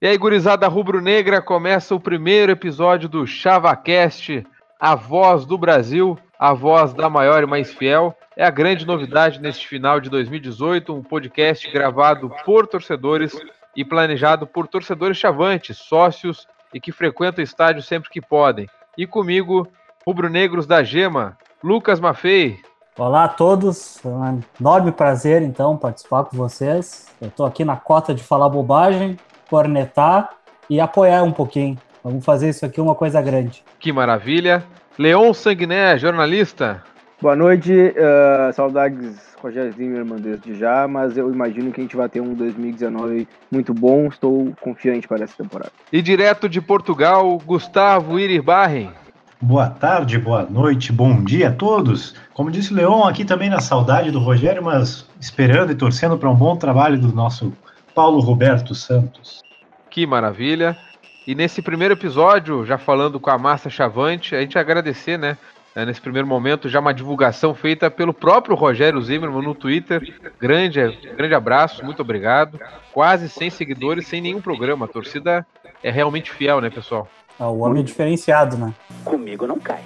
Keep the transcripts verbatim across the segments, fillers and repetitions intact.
aí, gurizada rubro-negra, começa o primeiro episódio do ChavaCast, a voz do Brasil, a voz da maior e mais fiel. É a grande novidade neste final de dois mil e dezoito, um podcast gravado por torcedores e planejado por torcedores chavantes, sócios e que frequentam o estádio sempre que podem. E comigo, rubro-negros da Gema, Lucas Maffei. Olá a todos, é um enorme prazer então participar com vocês. Eu estou aqui na cota de falar bobagem, cornetar e apoiar um pouquinho. Vamos fazer isso aqui uma coisa grande. Que maravilha. Leon Sanguiné, jornalista. Boa noite, uh, saudades Rogério Zimmermann desde já, mas eu imagino que a gente vai ter um dois mil e dezenove muito bom, estou confiante para essa temporada. E direto de Portugal, Gustavo Iribarren. Boa tarde, boa noite, bom dia a todos. Como disse o Leon, aqui também na saudade do Rogério, mas esperando e torcendo para um bom trabalho do nosso Paulo Roberto Santos. Que maravilha. E nesse primeiro episódio, já falando com a massa chavante, a gente agradecer, né? Nesse primeiro momento, já uma divulgação feita pelo próprio Rogério Zimmermann no Twitter. Grande, grande abraço, muito obrigado. Quase cem seguidores, sem nenhum programa. A torcida é realmente fiel, né, pessoal? Ah, o homem é diferenciado, né? Comigo não cai.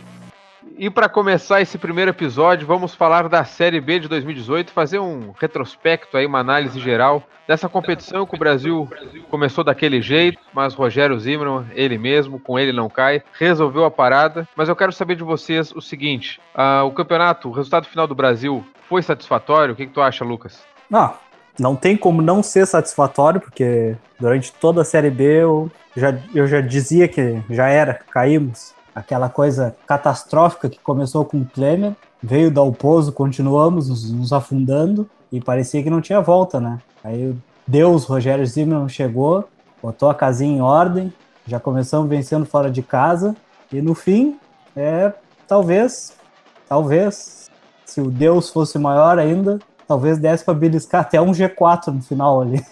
E para começar esse primeiro episódio, vamos falar da Série B de dois mil e dezoito, fazer um retrospecto, aí, uma análise geral dessa competição que o Brasil começou daquele jeito, mas Rogério Zimmermann, ele mesmo, com ele não cai, resolveu a parada. Mas eu quero saber de vocês o seguinte, uh, o campeonato, o resultado final do Brasil foi satisfatório? O que, que tu acha, Lucas? Não, não tem como não ser satisfatório, porque durante toda a Série B eu já, eu já dizia que já era, caímos. Aquela coisa catastrófica que começou com o Klemer, veio dar o pouso, continuamos nos, nos afundando e parecia que não tinha volta, né? Aí Deus, Rogério Zimmermann chegou, botou a casinha em ordem, já começamos vencendo fora de casa e no fim, é, talvez, talvez, se o Deus fosse maior ainda, talvez desse para beliscar até um G quatro no final ali.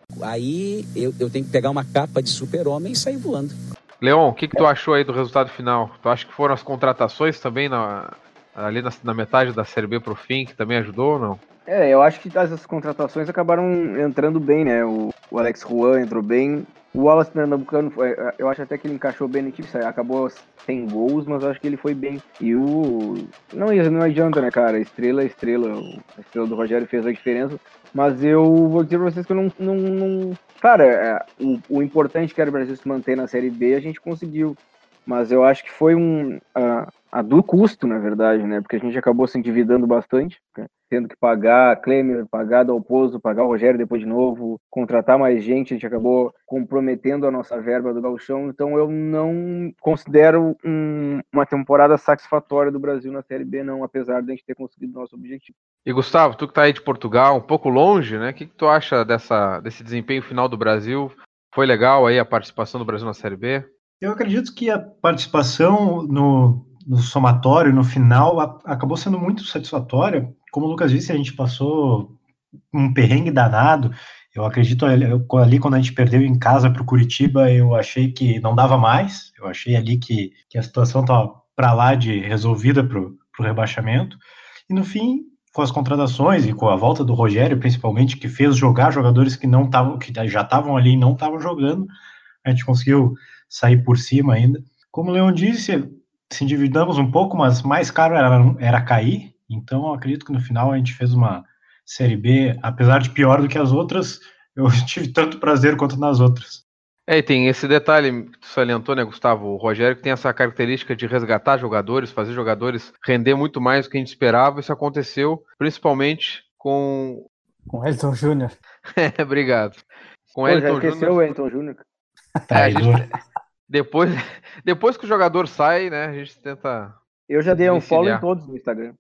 Aí eu, eu tenho que pegar uma capa de super-homem e sair voando. Leon, o que, que tu achou aí do resultado final? Tu acha que foram as contratações também na, ali na, na metade da Série B pro fim, que também ajudou ou não? É, eu acho que essas contratações acabaram entrando bem, né? O, o Alex Juan entrou bem. O Wallace Pernambucano, eu acho até que ele encaixou bem na equipe, acabou sem gols, mas eu acho que ele foi bem. E o... Não, não adianta, né, cara? Estrela é estrela. A estrela do Rogério fez a diferença. Mas eu vou dizer pra vocês que eu não... não, não... Cara, é, o, o importante que era o Brasil se manter na Série B, a gente conseguiu. Mas eu acho que foi um... A, a do custo, na verdade, né? Porque a gente acabou se endividando bastante, né? Tendo que pagar Klemer, pagar Dalpozo, pagar o Rogério depois de novo, contratar mais gente, a gente acabou comprometendo a nossa verba do Gauchão, então eu não considero um, uma temporada satisfatória do Brasil na Série B, não, apesar de a gente ter conseguido nosso objetivo. E Gustavo, tu que tá aí de Portugal, um pouco longe, né? O que, que tu acha dessa, desse desempenho final do Brasil? Foi legal aí a participação do Brasil na Série B? Eu acredito que a participação no, no somatório, no final, a, acabou sendo muito satisfatória. Como o Lucas disse, a gente passou um perrengue danado. Eu acredito, eu, ali quando a gente perdeu em casa para o Curitiba, eu achei que não dava mais. Eu achei ali que, que a situação estava para lá de resolvida para o rebaixamento. E no fim, com as contratações e com a volta do Rogério, principalmente, que fez jogar jogadores que, não tavam, que já estavam ali e não estavam jogando, a gente conseguiu sair por cima ainda. Como o Leon disse, se endividamos um pouco, mas mais caro era, era cair. Então, eu acredito que no final a gente fez uma Série B, apesar de pior do que as outras, eu tive tanto prazer quanto nas outras. É, e tem esse detalhe que tu salientou, né, Gustavo? O Rogério que tem essa característica de resgatar jogadores, fazer jogadores render muito mais do que a gente esperava. Isso aconteceu principalmente com... Com o Elton Júnior. É, obrigado. Com Pô, Elton já esqueceu Júnior. o Elton Júnior. É, a gente... depois, depois que o jogador sai, né, a gente tenta... Eu já dei um follow em todos no Instagram.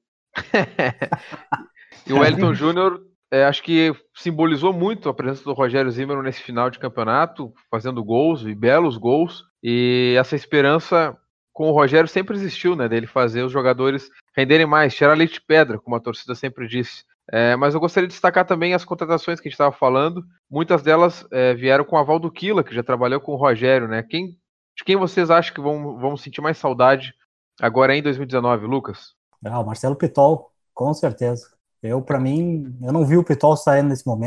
E o Elton Júnior, é, acho que simbolizou muito a presença do Rogério Zimmermann nesse final de campeonato, fazendo gols e belos gols. E essa esperança com o Rogério sempre existiu, né, dele fazer os jogadores renderem mais, tirar leite de pedra, como a torcida sempre disse. É, mas eu gostaria de destacar também as contratações que a gente estava falando. Muitas delas é, vieram com o aval do Quila, que já trabalhou com o Rogério, né? Quem, de quem vocês acham que vão, vão sentir mais saudade agora em dois mil e dezenove, Lucas? Ah, o Marcelo Pitol, com certeza. Eu, para mim, eu não vi o Pitol saindo nesse momento.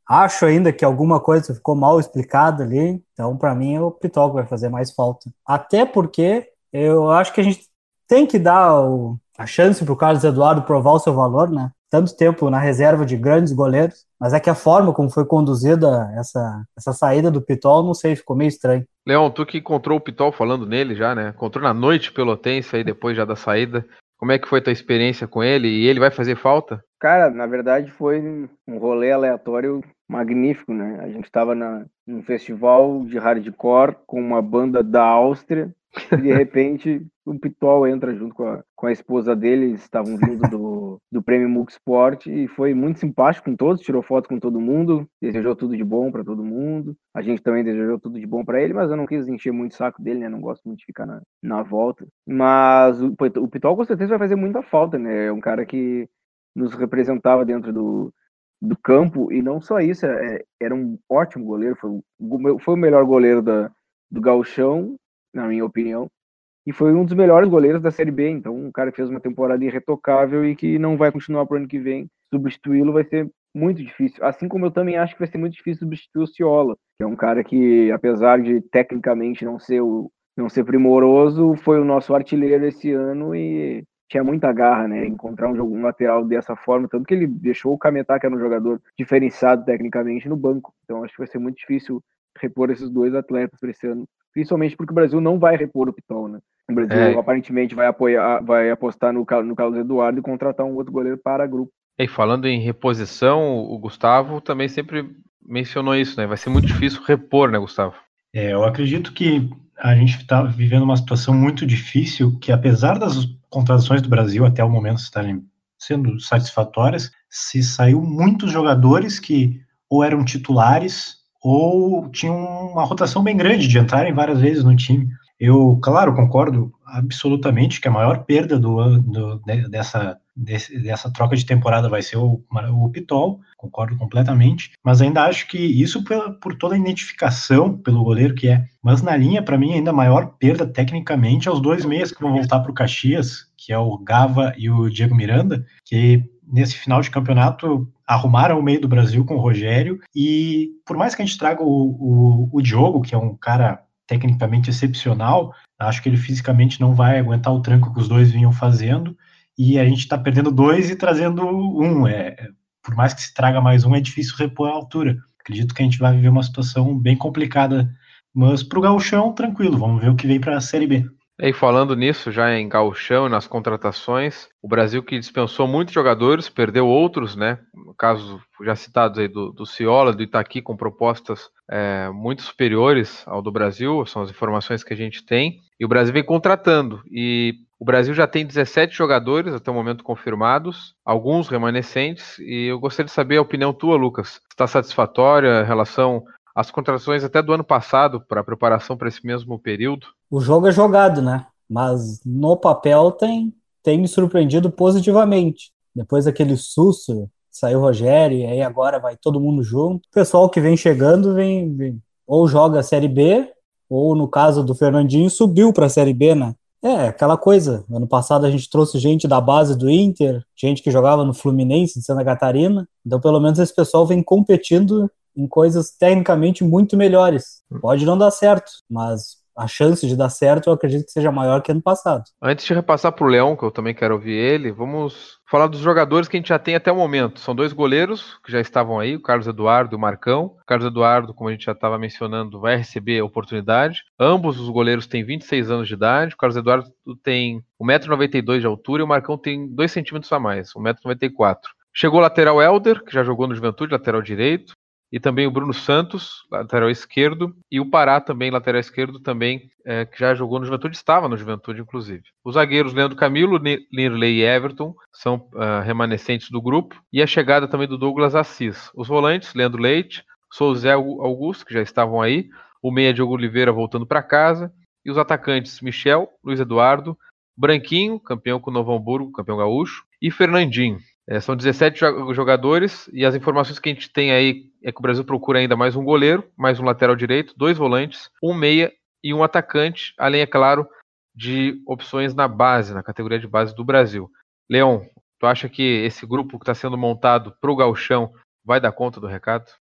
Acho ainda que alguma coisa ficou mal explicada ali, então para mim é o Pitol que vai fazer mais falta. Até porque eu acho que a gente tem que dar o, a chance para o Carlos Eduardo provar o seu valor, né? Tanto tempo na reserva de grandes goleiros, mas é que a forma como foi conduzida essa, essa saída do Pitol, não sei, ficou meio estranho. Leão, tu que encontrou o Pitol falando nele já, né? Encontrou na noite pelotense aí depois já da saída. Como é que foi a tua experiência com ele? E ele vai fazer falta? Cara, na verdade foi um rolê aleatório magnífico, né? A gente estava num festival de hardcore com uma banda da Áustria e de repente o Pitol entra junto com a, com a esposa dele, eles estavam vindo do, do Prêmio Multisport e foi muito simpático com todos, tirou foto com todo mundo, desejou tudo de bom para todo mundo. A gente também desejou tudo de bom para ele, mas eu não quis encher muito o saco dele, né? Não gosto muito de ficar na, na volta. Mas o, o Pitol com certeza vai fazer muita falta, né? É um cara que nos representava dentro do, do campo, e não só isso, é, era um ótimo goleiro, foi, foi o melhor goleiro da, do Gauchão, na minha opinião, e foi um dos melhores goleiros da Série B, então um cara que fez uma temporada irretocável e que não vai continuar pro ano que vem, substituí-lo vai ser muito difícil, assim como eu também acho que vai ser muito difícil substituir o Ciola, que é um cara que, apesar de tecnicamente não ser, o, não ser primoroso, foi o nosso artilheiro esse ano e tinha muita garra, né, encontrar um, jogo, um lateral dessa forma, tanto que ele deixou o Cametá, que era um jogador diferenciado tecnicamente, no banco. Então acho que vai ser muito difícil repor esses dois atletas para esse ano, principalmente porque o Brasil não vai repor o Pitol, né? O Brasil é. aparentemente vai, apoiar, vai apostar no, no Carlos Eduardo e contratar um outro goleiro para grupo. E falando em reposição, o Gustavo também sempre mencionou isso, né? Vai ser muito difícil repor, né, Gustavo? É, eu acredito que a gente está vivendo uma situação muito difícil, que apesar das contratações do Brasil até o momento estarem sendo satisfatórias, se saiu muitos jogadores que ou eram titulares ou tinham uma rotação bem grande de entrarem várias vezes no time. Eu, claro, concordo absolutamente que a maior perda do, do, dessa, desse, dessa troca de temporada vai ser o, o Pitol, concordo completamente, mas ainda acho que isso por, por toda a identificação pelo goleiro que é. Mas na linha, para mim, ainda a maior perda tecnicamente é os dois meias que vão voltar para o Caxias, que é o Gava e o Diego Miranda, que nesse final de campeonato arrumaram o meio do Brasil com o Rogério, e por mais que a gente traga o, o, o Diogo, que é um cara tecnicamente excepcional, acho que ele fisicamente não vai aguentar o tranco que os dois vinham fazendo, e a gente está perdendo dois e trazendo um. É, por mais que se traga mais um, é difícil repor a altura. Acredito que a gente vai viver uma situação bem complicada, mas para o Gauchão, tranquilo, vamos ver o que vem para a Série B. E falando nisso, já em Gauchão e nas contratações, o Brasil que dispensou muitos jogadores, perdeu outros, né? No caso, já citados aí do, do Ciola, do Itaqui, com propostas é, muito superiores ao do Brasil, são as informações que a gente tem, e o Brasil vem contratando, e o Brasil já tem dezessete jogadores até o momento confirmados, alguns remanescentes, e eu gostaria de saber a opinião tua, Lucas. Está satisfatória em relação às contratações até do ano passado, para a preparação para esse mesmo período? O jogo é jogado, né? Mas no papel tem, tem me surpreendido positivamente. Depois daquele susto, saiu o Rogério, e aí agora vai todo mundo junto. O pessoal que vem chegando vem, vem ou joga a Série B, ou no caso do Fernandinho, subiu para a Série B, né? É, aquela coisa. Ano passado a gente trouxe gente da base do Inter, gente que jogava no Fluminense, de Santa Catarina. Então, pelo menos, esse pessoal vem competindo em coisas tecnicamente muito melhores. Pode não dar certo, mas a chance de dar certo eu acredito que seja maior que ano passado. Antes de repassar para o Leão, que eu também quero ouvir ele, vamos falar dos jogadores que a gente já tem até o momento. São dois goleiros que já estavam aí, o Carlos Eduardo e o Marcão. O Carlos Eduardo, como a gente já estava mencionando, vai receber a oportunidade. Ambos os goleiros têm vinte e seis anos de idade. O Carlos Eduardo tem um metro e noventa e dois de altura e o Marcão tem dois centímetros a mais, um metro e noventa e quatro. Chegou o lateral Helder, que já jogou no Juventude, lateral direito. E também o Bruno Santos, lateral esquerdo, e o Pará também, lateral esquerdo, também, é, que já jogou no Juventude, estava no Juventude, inclusive. Os zagueiros Leandro Camilo, Lirley e Everton são uh, remanescentes do grupo, e a chegada também do Douglas Assis. Os volantes, Leandro Leite, Souzé Augusto, que já estavam aí, o meia Diogo Oliveira voltando para casa, e os atacantes Michel, Luiz Eduardo, Branquinho, campeão com o Novo Hamburgo, campeão gaúcho, e Fernandinho. É, são dezessete jogadores, e as informações que a gente tem aí é que o Brasil procura ainda mais um goleiro, mais um lateral direito, dois volantes, um meia e um atacante, além, é claro, de opções na base, na categoria de base do Brasil. Leão, tu acha que esse grupo que está sendo montado para o Gauchão vai dar conta do recado?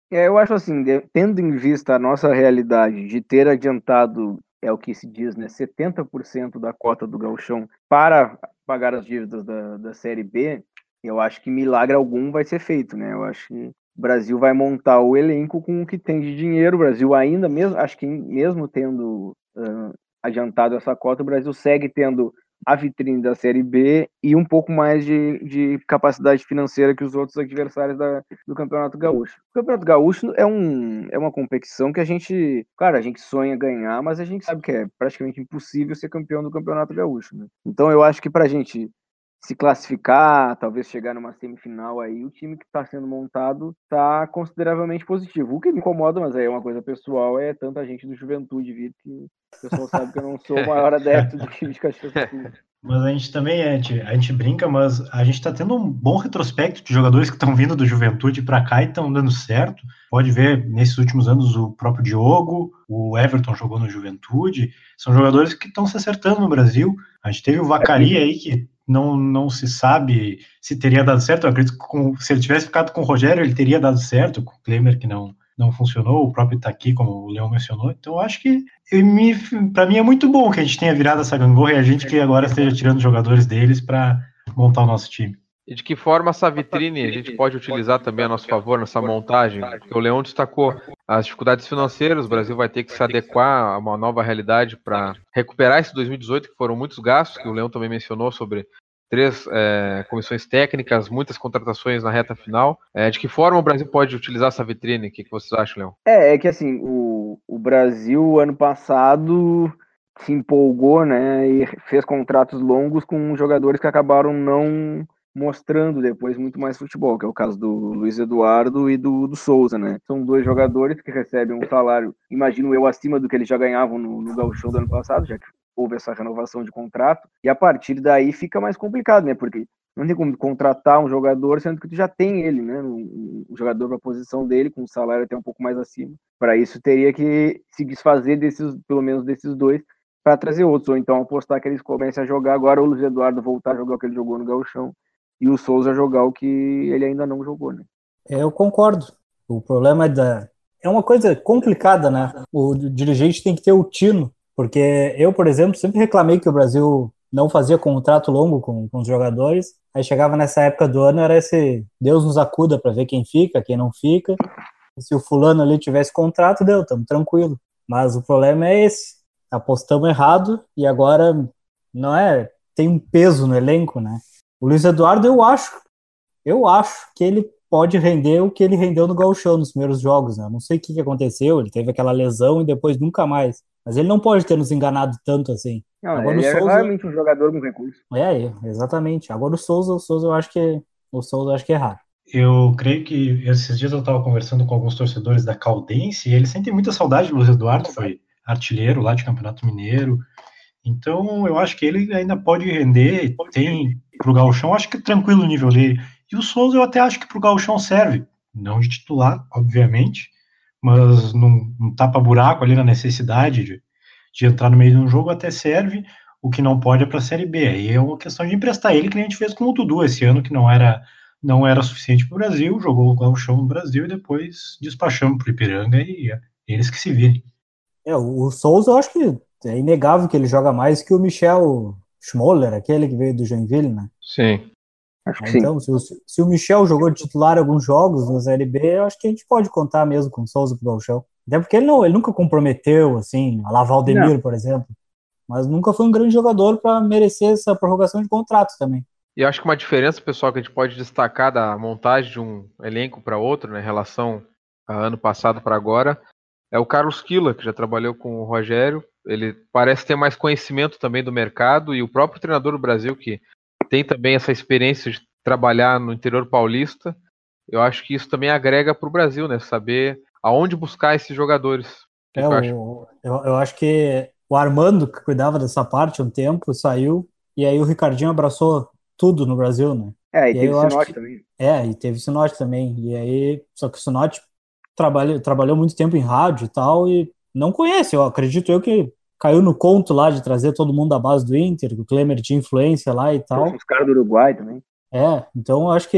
É, eu acho assim, de- tendo em vista a nossa realidade de ter adiantado, é o que se diz, né, setenta por cento da cota do Gauchão para pagar as dívidas da, da Série B, eu acho que milagre algum vai ser feito, né? Eu acho que o Brasil vai montar o elenco com o que tem de dinheiro. O Brasil ainda, mesmo, acho que mesmo tendo ah, adiantado essa cota, o Brasil segue tendo a vitrine da Série B e um pouco mais de, de capacidade financeira que os outros adversários da, do Campeonato Gaúcho. O Campeonato Gaúcho é, um, é uma competição que a gente, claro, a gente sonha ganhar, mas a gente sabe que é praticamente impossível ser campeão do Campeonato Gaúcho, né? Então eu acho que pra gente se classificar, talvez chegar numa semifinal aí, o time que está sendo montado está consideravelmente positivo. O que me incomoda, mas aí é uma coisa pessoal, é tanta gente do Juventude vir que o pessoal sabe que eu não sou o maior adepto do time de Caxias do Sul. Mas a gente também, a gente, a gente brinca, mas a gente está tendo um bom retrospecto de jogadores que estão vindo do Juventude para cá e estão dando certo. Pode ver, nesses últimos anos, o próprio Diogo, o Everton jogou no Juventude. São jogadores que estão se acertando no Brasil. A gente teve o Vacari aí, que não, não se sabe se teria dado certo. Eu acredito que com, se ele tivesse ficado com o Rogério, ele teria dado certo, com o Klemer, que não, não funcionou, o próprio Itaqui, como o Leão mencionou. Então, eu acho que, para mim, é muito bom que a gente tenha virado essa gangorra e a gente que agora esteja tirando jogadores deles para montar o nosso time. E de que forma essa vitrine a gente pode utilizar também a nosso favor nessa montagem? Porque o Leão destacou as dificuldades financeiras, o Brasil vai ter que se adequar a uma nova realidade para recuperar esse dois mil e dezoito, que foram muitos gastos, que o Leão também mencionou sobre três é, comissões técnicas, muitas contratações na reta final. É, de que forma o Brasil pode utilizar essa vitrine? O que, que vocês acham, Leão? É, é que assim, o, o Brasil, ano passado, se empolgou, né, e fez contratos longos com jogadores que acabaram não mostrando depois muito mais futebol, que é o caso do Luiz Eduardo e do, do Souza, né? São dois jogadores que recebem um salário, imagino eu, acima do que eles já ganhavam no, no Gauchão do ano passado, já que houve essa renovação de contrato, e a partir daí fica mais complicado, né? Porque não tem como contratar um jogador, sendo que tu já tem ele, né? Um, um jogador para a posição dele, com um salário até um pouco mais acima. Para isso, teria que se desfazer desses, pelo menos desses dois, para trazer outros, ou então apostar que eles comecem a jogar agora, o Luiz Eduardo voltar a jogar o que ele jogou no Gauchão, e o Souza jogar o que ele ainda não jogou, né? Eu concordo. O problema é da... É uma coisa complicada, né? O dirigente tem que ter o tino, porque eu, por exemplo, sempre reclamei que o Brasil não fazia contrato longo com, com os jogadores, aí chegava nessa época do ano, era esse Deus nos acuda para ver quem fica, quem não fica, e se o fulano ali tivesse contrato, deu, estamos tranquilo. Mas o problema é esse, apostamos errado, e agora não é, tem um peso no elenco, né? O Luiz Eduardo, eu acho, eu acho que ele pode render o que ele rendeu no Gauchão nos primeiros jogos, né? Não sei o que, que aconteceu, ele teve aquela lesão e depois nunca mais. Mas ele não pode ter nos enganado tanto assim. Não, Agora ele o é Souza... realmente um jogador com recurso. É, exatamente. Agora o Souza, o Souza eu acho que o Souza eu acho que é raro. Eu creio que esses dias eu estava conversando com alguns torcedores da Caldense e eles sentem muita saudade do Luiz Eduardo, foi artilheiro lá de Campeonato Mineiro. Então, eu acho que ele ainda pode render, tem pro Gauchão, acho que é tranquilo o nível dele. E o Souza eu até acho que pro Gauchão serve, não de titular, obviamente, mas num, num tapa-buraco ali na necessidade de, de entrar no meio de um jogo até serve, o que não pode é para a Série B. Aí é uma questão de emprestar ele, que a gente fez com o Dudu esse ano, que não era, não era suficiente para o Brasil, jogou o Gauchão no Brasil e depois despachamos para o Ipiranga e é eles que se virem. É, o Souza eu acho que é inegável que ele joga mais que o Michel Schmoller, aquele que veio do Joinville, né? Sim. Acho que então, sim. Se, se o Michel jogou de titular alguns jogos na Série B, eu acho que a gente pode contar mesmo com o Souza pro Gauchão. Até porque ele, não, ele nunca comprometeu, assim, a lá Valdemir, não. por exemplo. Mas nunca foi um grande jogador para merecer essa prorrogação de contrato também. E eu acho que uma diferença, pessoal, que a gente pode destacar da montagem de um elenco para outro, né, em relação a ano passado para agora, é o Carlos Quila, que já trabalhou com o Rogério. Ele parece ter mais conhecimento também do mercado, e o próprio treinador do Brasil, que tem também essa experiência de trabalhar no interior paulista, eu acho que isso também agrega para o Brasil, né? Saber aonde buscar esses jogadores. É, eu, eu, eu acho que o Armando, que cuidava dessa parte há um tempo, saiu, e aí o Ricardinho abraçou tudo no Brasil, né? É, e, e teve o Sinote que... também. É, e teve o Sinote também. E aí, só que o Sinote trabalhou, trabalhou muito tempo em rádio e tal, e não conhece, eu acredito eu que caiu no conto lá de trazer todo mundo da base do Inter, que o Klemer tinha influência lá e tal. Os caras do Uruguai também. É, então eu acho que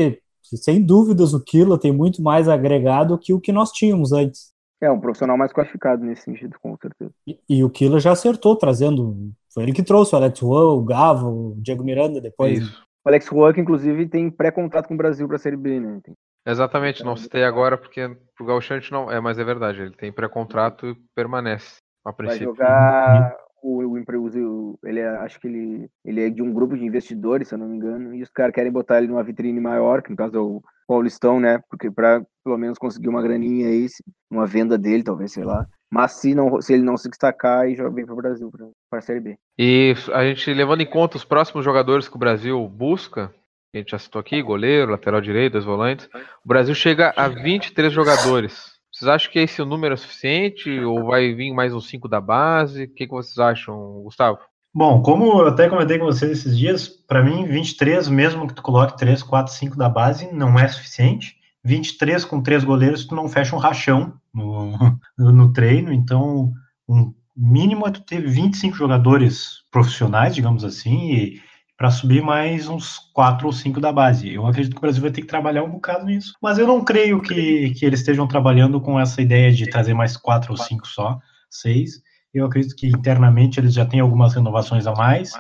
sem dúvidas o Quila tem muito mais agregado que o que nós tínhamos antes. É, um profissional mais qualificado nesse sentido, com certeza. E, e o Quila já acertou, trazendo... Foi ele que trouxe o Alex Juan, o Gava, o Diego Miranda depois. Isso. O Alex Juan, que inclusive tem pré-contrato com o Brasil para a Série B, né? Tem... Exatamente, não citei agora porque pro Gauchão a gente não... É, mas é verdade, ele tem pré-contrato e permanece, a Vai princípio. jogar o, o, o ele é, acho que ele, ele é de um grupo de investidores, se eu não me engano, e os caras querem botar ele numa vitrine maior, que no caso é o Paulistão, né? Porque para pelo menos conseguir uma graninha aí, uma venda dele, talvez, sei lá. Mas se, não, se ele não se destacar, aí já vem para o Brasil, para a Série B. E a gente, levando em conta os próximos jogadores que o Brasil busca, a gente já citou aqui, goleiro, lateral direito, dois volantes, o Brasil chega a vinte e três jogadores. Vocês acham que esse número é suficiente ou vai vir mais uns cinco da base? O que, que vocês acham, Gustavo? Bom, como eu até comentei com vocês esses dias, para mim vinte e três, mesmo que tu coloque três, quatro, cinco da base, não é suficiente. vinte e três com três goleiros, tu não fecha um rachão no, no, no treino, então um mínimo é tu ter vinte e cinco jogadores profissionais, digamos assim, e para subir mais uns quatro ou cinco da base. Eu acredito que o Brasil vai ter que trabalhar um bocado nisso. Mas eu não creio que, que eles estejam trabalhando com essa ideia de trazer mais quatro ou cinco só, seis. Eu acredito que internamente eles já têm algumas renovações a mais,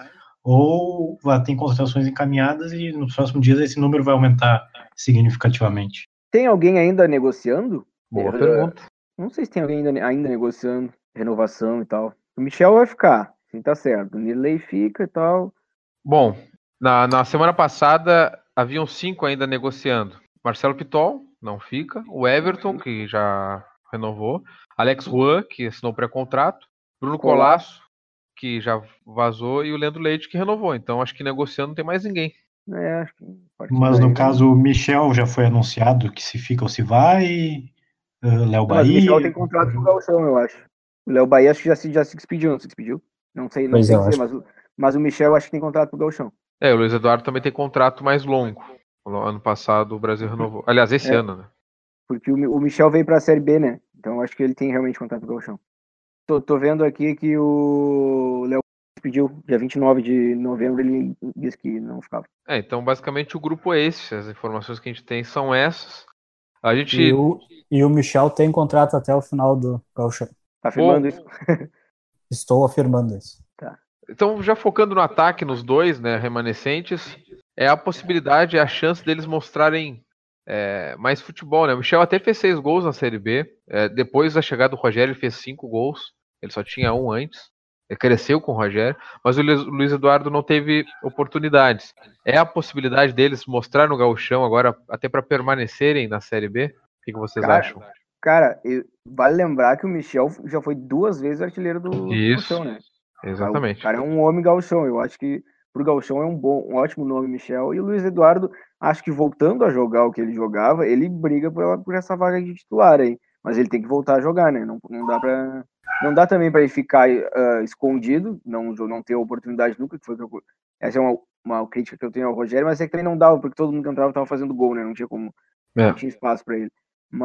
ou já tem contratações encaminhadas e nos próximos dias esse número vai aumentar significativamente. Tem alguém ainda negociando? Boa Eu, pergunta. Não sei se tem alguém ainda, ainda negociando renovação e tal. O Michel vai ficar, sim, tá certo. O Nirley fica e tal. Bom, na, na semana passada haviam cinco ainda negociando. Marcelo Pitol, não fica. O Everton, que já renovou. Alex Juan, que assinou pré-contrato. Bruno Colasso, que já vazou. E o Leandro Leite, que renovou. Então acho que negociando não tem mais ninguém. É, acho que Mas no caso, o Michel já foi anunciado que se fica ou se vai. Uh, Léo Bahia. Mas o Michel tem contrato com o Gauchão, eu acho. O Léo Bahia acho que já se, já se despediu, não se despediu? Não sei, não Pois sei é, dizer, acho. mas, o- mas o Michel acho que tem contrato com o Gauchão. É, o Luiz Eduardo também tem contrato mais longo. No ano passado o Brasil renovou. Aliás, esse É. ano, né? Porque o, Mi- o Michel veio pra Série B, né? Então acho que ele tem realmente contrato com o Gauchão. Tô, tô vendo aqui que o Léo pediu, dia vinte e nove de novembro, ele disse que não ficava. É, então basicamente o grupo é esse. As informações que a gente tem são essas. A gente. E o, e o Michel tem contrato até o final do Gauchão. Tá afirmando Bom. isso? Estou afirmando isso. Então, já focando no ataque, nos dois, né, remanescentes, é a possibilidade, é a chance deles mostrarem é, mais futebol, né? O Michel até fez seis gols na Série B. É, depois da chegada do Rogério, ele fez cinco gols. Ele só tinha um antes. Ele cresceu com o Rogério. Mas o Luiz Eduardo não teve oportunidades. É a possibilidade deles mostrar no Gauchão agora, até para permanecerem na Série B? O que, que vocês Cara, acham? Cara, eu- vale lembrar que o Michel já foi duas vezes artilheiro do do Isso. Gauchão, né? Exatamente. O cara é um homem gauchão. Eu acho que pro gauchão é um bom, um ótimo nome, Michel. E o Luiz Eduardo, acho que voltando a jogar o que ele jogava, ele briga por, por essa vaga de titular aí. Mas ele tem que voltar a jogar, né? Não, não dá para não dá também para ele ficar uh, escondido, não não ter oportunidade nunca. Que foi que eu, essa é uma, uma crítica que eu tenho ao Rogério, mas é que também não dava porque todo mundo que entrava tava fazendo gol, né? Não tinha como, É. não tinha espaço para ele.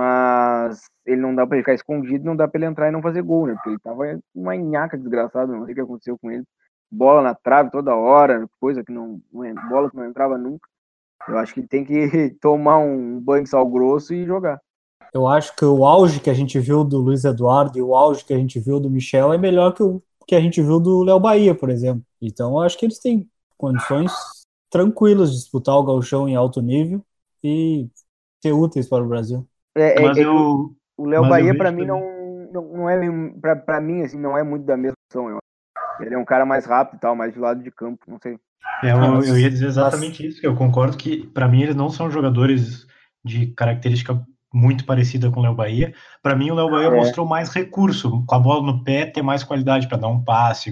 Mas ele não dá para ele ficar escondido, não dá para ele entrar e não fazer gol, né? Porque ele tava uma nhaca desgraçada, não sei o que aconteceu com ele. Bola na trave toda hora, coisa que não, não bola que não entrava nunca. Eu acho que ele tem que tomar um banho de sal grosso e jogar. Eu acho que o auge que a gente viu do Luiz Eduardo e o auge que a gente viu do Michel é melhor que o que a gente viu do Léo Bahia, por exemplo. Então eu acho que eles têm condições tranquilas de disputar o Gauchão em alto nível e ser úteis para o Brasil. É, é, Mas é que eu. o Léo mas eu Bahia, vejo para mim, também. não, não, não é pra, pra mim, assim, não é muito da mesma opção. Eu acho. Ele é um cara mais rápido e tal, mais de lado de campo, não sei. É, eu, Mas- eu ia dizer exatamente isso, que eu concordo que, para mim, eles não são jogadores de característica muito parecida com o Léo Bahia. Para mim, o Léo Bahia É. mostrou mais recurso, com a bola no pé, ter mais qualidade para dar um passe.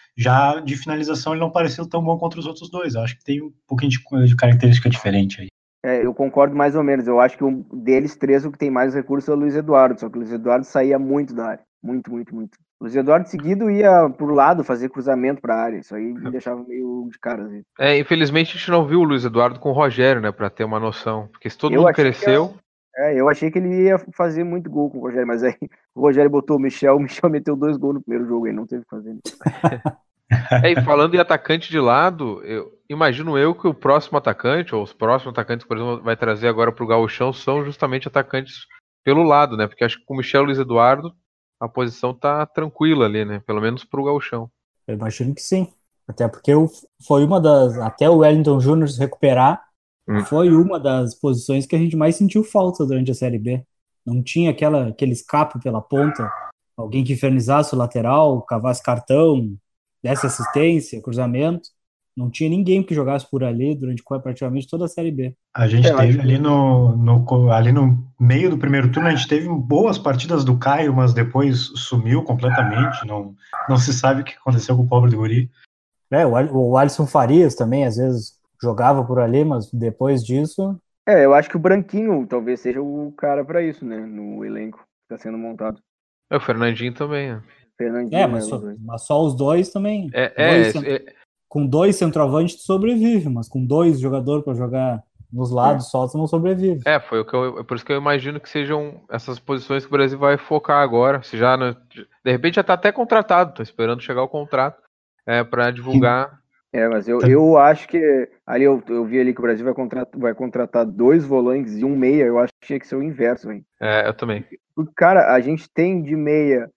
Já de finalização, ele não pareceu tão bom contra os outros dois. Eu acho que tem um pouquinho de, de característica diferente aí. É, eu concordo mais ou menos. Eu acho que um deles três, o que tem mais recurso é o Luiz Eduardo. Só que o Luiz Eduardo saía muito da área. Muito, muito, muito. O Luiz Eduardo seguido ia pro lado fazer cruzamento pra área. Isso aí me deixava meio de cara. Assim. É, infelizmente a gente não viu o Luiz Eduardo com o Rogério, né, pra ter uma noção. Porque se todo Eu mundo achei que cresceu, É, eu achei que ele ia fazer muito gol com o Rogério, mas aí o Rogério botou o Michel, o Michel meteu dois gols no primeiro jogo aí, não teve o que fazer. É, e falando em atacante de lado, eu imagino eu que o próximo atacante, ou os próximos atacantes, por exemplo, vai trazer agora pro Gauchão, são justamente atacantes pelo lado, né? Porque acho que com o Michel Luiz Eduardo, a posição tá tranquila ali, né? Pelo menos pro Gauchão. Eu imagino que sim. Até porque o- foi uma das. Até o Wellington Júnior se recuperar, Hum. foi uma das posições que a gente mais sentiu falta durante a Série B. Não tinha aquela, aquele escape pela ponta, alguém que infernizasse o lateral, cavasse cartão, desse assistência, cruzamento. Não tinha ninguém que jogasse por ali durante praticamente toda a Série B. A gente É, eu acho teve que- ali no, no, co- ali no meio do primeiro turno, a gente teve boas partidas do Caio, mas depois sumiu completamente, não, não se sabe o que aconteceu com o pobre do guri. É, o, Al- o Alisson Farias também, às vezes, jogava por ali, mas depois disso. É, eu acho que o Branquinho talvez seja o cara pra isso, né? No elenco que tá sendo montado. É, o Fernandinho também, né? Fernandinho, É, né? mas Os só, dois. mas só os dois também. É, Dois é, cent- é, Com dois centroavantes tu sobrevive, mas com dois jogadores para jogar nos lados só tu não sobrevive. é, foi o que eu, é por isso que eu imagino que sejam essas posições que o Brasil vai focar agora. Se já, né, de repente já tá até contratado, tô esperando chegar o contrato é, para divulgar. É, mas eu, eu acho que ali eu, eu vi ali que o Brasil vai contratar, vai contratar dois volantes e um meia. Eu acho que tinha que ser o inverso, hein? É, eu também. Porque, cara, a gente tem de meia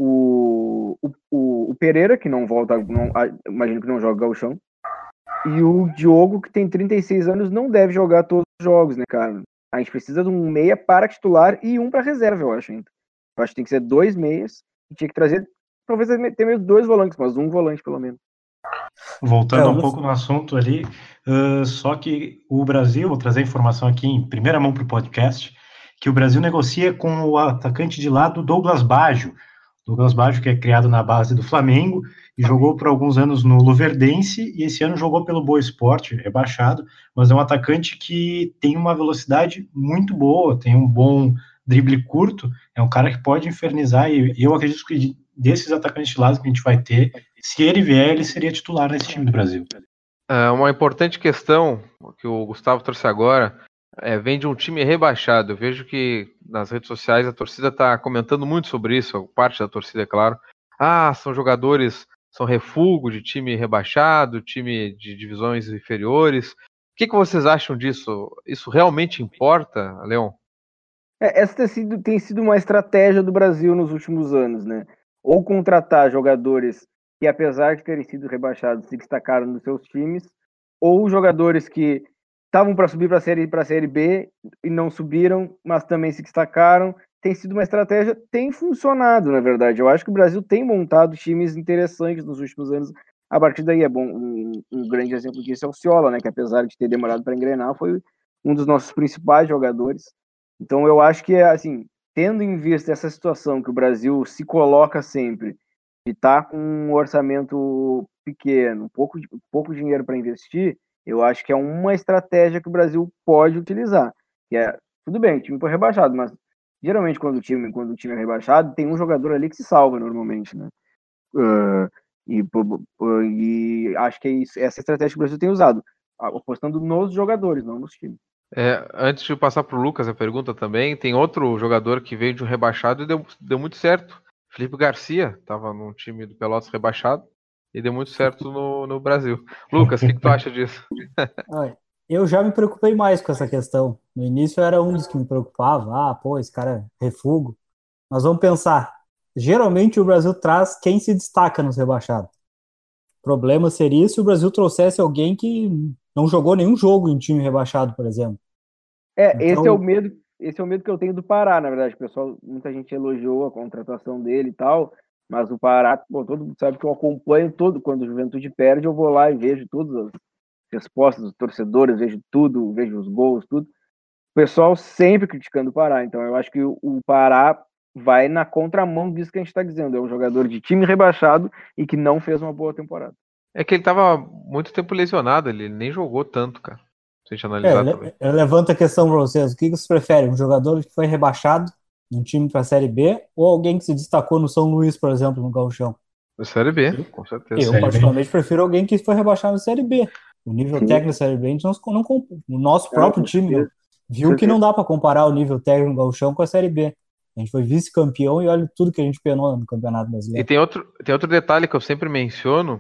o, o, o, o Pereira, que não volta, não, a- imagino que não joga gauchão, e o Diogo, que tem trinta e seis anos, não deve jogar todos os jogos, né, cara? A gente precisa de um meia para titular e um para reserva, eu acho ainda. Eu acho que tem que ser dois meias, e tinha que trazer, talvez ter mesmo dois volantes, mas um volante pelo menos. Voltando É, um eu- pouco no assunto ali, uh, só que o Brasil, vou trazer informação aqui em primeira mão para o podcast, que o Brasil negocia com o atacante de lado Douglas Baggio. Douglas Baggio, que é criado na base do Flamengo e jogou por alguns anos no Luverdense e esse ano jogou pelo Boa Esporte, rebaixado, mas é um atacante que tem uma velocidade muito boa, tem um bom drible curto, é um cara que pode infernizar e eu acredito que desses atacantes de lado que a gente vai ter, se ele vier, ele seria titular nesse time do Brasil. É, uma importante questão que o Gustavo trouxe agora é, vem de um time rebaixado. Eu vejo que nas redes sociais a torcida está comentando muito sobre isso, parte da torcida, é claro. Ah, são jogadores, são refúgio de time rebaixado, time de divisões inferiores. O que, que vocês acham disso? Isso realmente importa, Leon? É, essa tem sido, tem sido uma estratégia do Brasil nos últimos anos, né? Ou contratar jogadores que, apesar de terem sido rebaixados, se destacaram nos seus times, ou jogadores que estavam para subir para a série, para a série B e não subiram, mas também se destacaram. Tem sido uma estratégia, tem funcionado, na verdade. Eu acho que o Brasil tem montado times interessantes nos últimos anos. A partir daí é bom. Um, um grande exemplo disso é o Ciola, né? Que apesar de ter demorado para engrenar, foi um dos nossos principais jogadores. Então eu acho que, assim, tendo em vista essa situação que o Brasil se coloca sempre, de estar com um orçamento pequeno, pouco, pouco dinheiro para investir, eu acho que é uma estratégia que o Brasil pode utilizar. Que é, tudo bem, o time foi rebaixado, mas geralmente quando o time, quando o time é rebaixado, tem um jogador ali que se salva normalmente, né? Uh, e, uh, e acho que é isso, essa estratégia que o Brasil tem usado, apostando nos jogadores, não nos times. É, antes de passar para o Lucas a pergunta também, tem outro jogador que veio de um rebaixado e deu, deu muito certo. Felipe Garcia estava num time do Pelotas rebaixado e deu muito certo no, no Brasil. Lucas, o que, que tu acha disso? Olha, eu já me preocupei mais com essa questão. No início eu era um dos que me preocupava. Ah, pô, esse cara é refúgio. Mas vamos pensar. Geralmente o Brasil traz quem se destaca nos rebaixados. O problema seria se o Brasil trouxesse alguém que não jogou nenhum jogo em time rebaixado, por exemplo. É, Então- esse é o medo, esse é o medo que eu tenho do Pará, na verdade. O pessoal, muita gente elogiou a contratação dele e tal, mas o Pará, bom, todo mundo sabe que eu acompanho todo, quando o Juventude perde, eu vou lá e vejo todas as respostas dos torcedores, vejo tudo, vejo os gols, tudo. O pessoal sempre criticando o Pará, então eu acho que o, o Pará vai na contramão disso que a gente está dizendo. É um jogador de time rebaixado e que não fez uma boa temporada. É que ele estava muito tempo lesionado, ele nem jogou tanto, cara. Se a gente É, analisar eu, também. eu levanto a questão para vocês. O que vocês preferem? Um jogador que foi rebaixado num time para a Série B ou alguém que se destacou no São Luís, por exemplo, no Gauchão? Da Série B, com certeza. Eu, Série B. particularmente, prefiro alguém que foi rebaixado na Série B. O nível Sim. técnico da Série B, a gente não, não, o nosso É, próprio com time certeza. viu Com que não dá para comparar o nível técnico do Gauchão com a Série B. A gente foi vice-campeão e olha tudo que a gente penou no Campeonato E Brasileiro. tem outro, tem outro detalhe que eu sempre menciono,